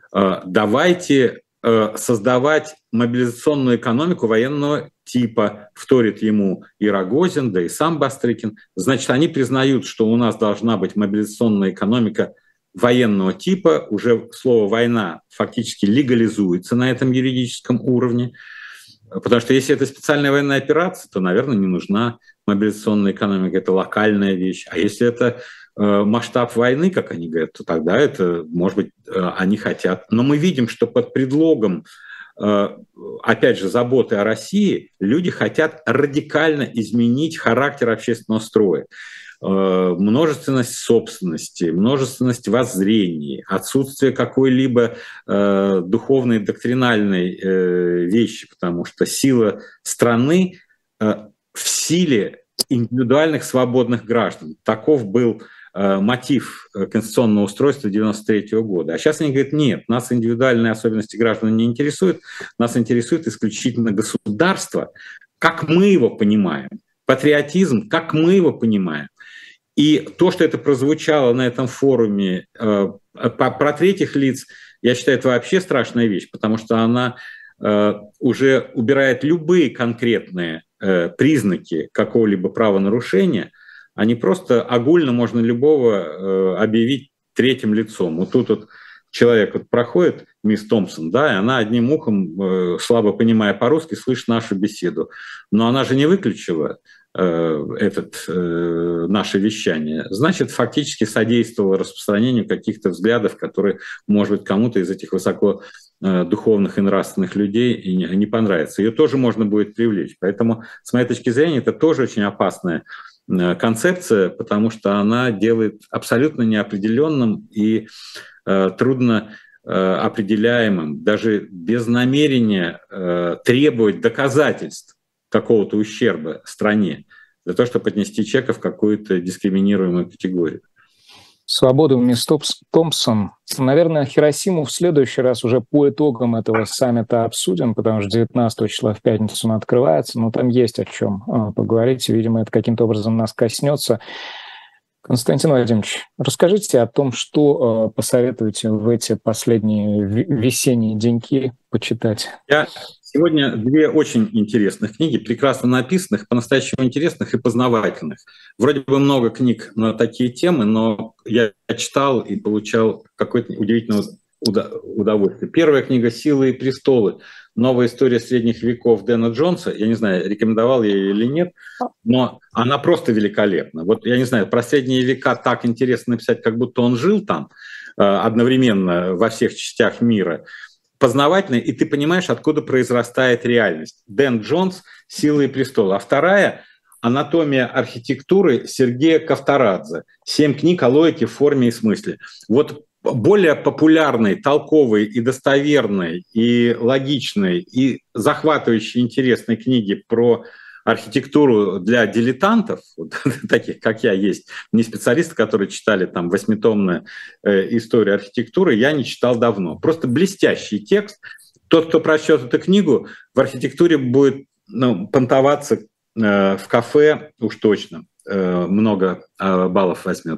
Speaker 2: давайте создавать мобилизационную экономику военного типа, вторит ему и Рогозин, да и сам Бастрыкин. Значит, они признают, что у нас должна быть мобилизационная экономика военного типа, уже слово «война» фактически легализуется на этом юридическом уровне, потому что если это специальная военная операция, то, наверное, не нужна мобилизационная экономика, это локальная вещь. А если это масштаб войны, как они говорят, то тогда это, может быть, они хотят. Но мы видим, что под предлогом, опять же, заботы о России, люди хотят радикально изменить характер общественного строя. Множественность собственности, множественность воззрений, отсутствие какой-либо духовной, доктринальной вещи, потому что сила страны в силе индивидуальных свободных граждан. Таков был мотив конституционного устройства девяносто третьего года. А сейчас они говорят, нет, нас индивидуальные особенности граждан не интересуют, нас интересует исключительно государство, как мы его понимаем, патриотизм, как мы его понимаем. И то, что это прозвучало на этом форуме про третьих лиц, я считаю, это вообще страшная вещь, потому что она уже убирает любые конкретные признаки какого-либо правонарушения, а не просто огульно можно любого э, объявить третьим лицом. Вот тут вот человек вот проходит, мисс Томпсон, да, и она одним ухом, э, слабо понимая по-русски, слышит нашу беседу. Но она же не выключила э, этот, э, наше вещание. Значит, фактически содействовала распространению каких-то взглядов, которые, может быть, кому-то из этих высоко духовных и нравственных людей и не понравится. Ее тоже можно будет привлечь. Поэтому, с моей точки зрения, это тоже очень опасная концепция, потому что она делает абсолютно неопределенным и э, трудно э, определяемым, даже без намерения э, требовать доказательств какого-то ущерба стране для того, чтобы отнести человека в какую-то дискриминируемую категорию.
Speaker 1: Свободу, мисс Томпсон. Наверное, Хиросиму в следующий раз уже по итогам этого саммита обсудим, потому что девятнадцатого числа в пятницу он открывается, но там есть о чем поговорить, и, видимо, это каким-то образом нас коснется. Константин Владимирович, расскажите о том, что посоветуете в эти последние весенние деньки почитать.
Speaker 2: Я сегодня две очень интересных книги, прекрасно написанных, по-настоящему интересных и познавательных. Вроде бы много книг на такие темы, но я читал и получал какое-то удивительное удовольствие. Первая книга «Силы и престолы. Новая история средних веков» Дэна Джонса. Я не знаю, рекомендовал я ее или нет, но она просто великолепна. Вот я не знаю, про средние века так интересно написать, как будто он жил там одновременно во всех частях мира. Познавательный, и ты понимаешь, откуда произрастает реальность. Дэн Джонс «Силы и престолы». А вторая — «Анатомия архитектуры» Сергея Ковторадзе. Семь книг о логике, форме и смысле. Вот более популярной, толковой и достоверной, и логичной, и захватывающей интересной книги про архитектуру для дилетантов, вот, таких как я есть, не специалисты, которые читали там восьмитомную э, историю архитектуры, я не читал давно. Просто блестящий текст. Тот, кто прочтет эту книгу, в архитектуре будет ну, понтоваться э, в кафе уж точно. Э, много э, баллов возьмет.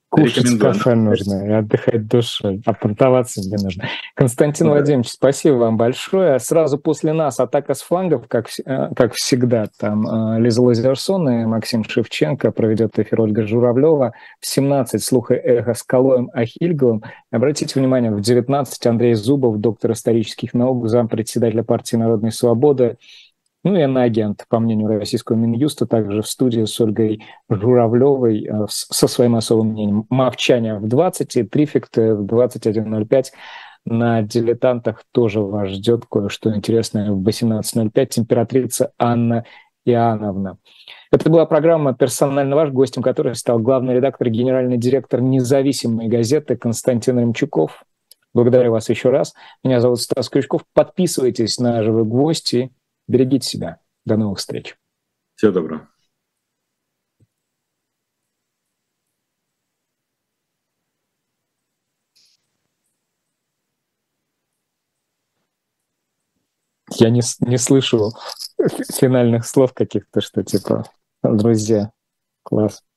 Speaker 1: Кушать в
Speaker 2: Рекомендую.
Speaker 1: кафе нужно и отдыхать душой, а понтоваться не нужно. Константин да. Владимирович, спасибо вам большое. Сразу после нас атака с флангов, как, как всегда. Там Лиза Лазерсон и Максим Шевченко, проведет эфир Ольга Журавлева. В семнадцать «Слух и эхо» с Калоем Ахильговым. Обратите внимание, в девятнадцать Андрей Зубов, доктор исторических наук, зампредседателя партии «Народной свободы». Ну и иноагент, по мнению российского Минюста, также в студии с Ольгой Журавлевой э, со своим особым мнением. Молчание в двадцать и Трификты в двадцать один ноль пять. На «Дилетантах» тоже вас ждет кое-что интересное в восемнадцать ноль пять. Императрица Анна Иоанновна. Это была программа «Персонально ваш», гостем которой стал главный редактор, генеральный директор независимой газеты Константин Ремчуков. Благодарю вас еще раз. Меня зовут Стас Крючков. Подписывайтесь на «Живой гвоздь» и берегите себя. До новых встреч.
Speaker 2: Всего доброго.
Speaker 1: Я не, не слышу финальных слов каких-то, что типа, друзья, класс.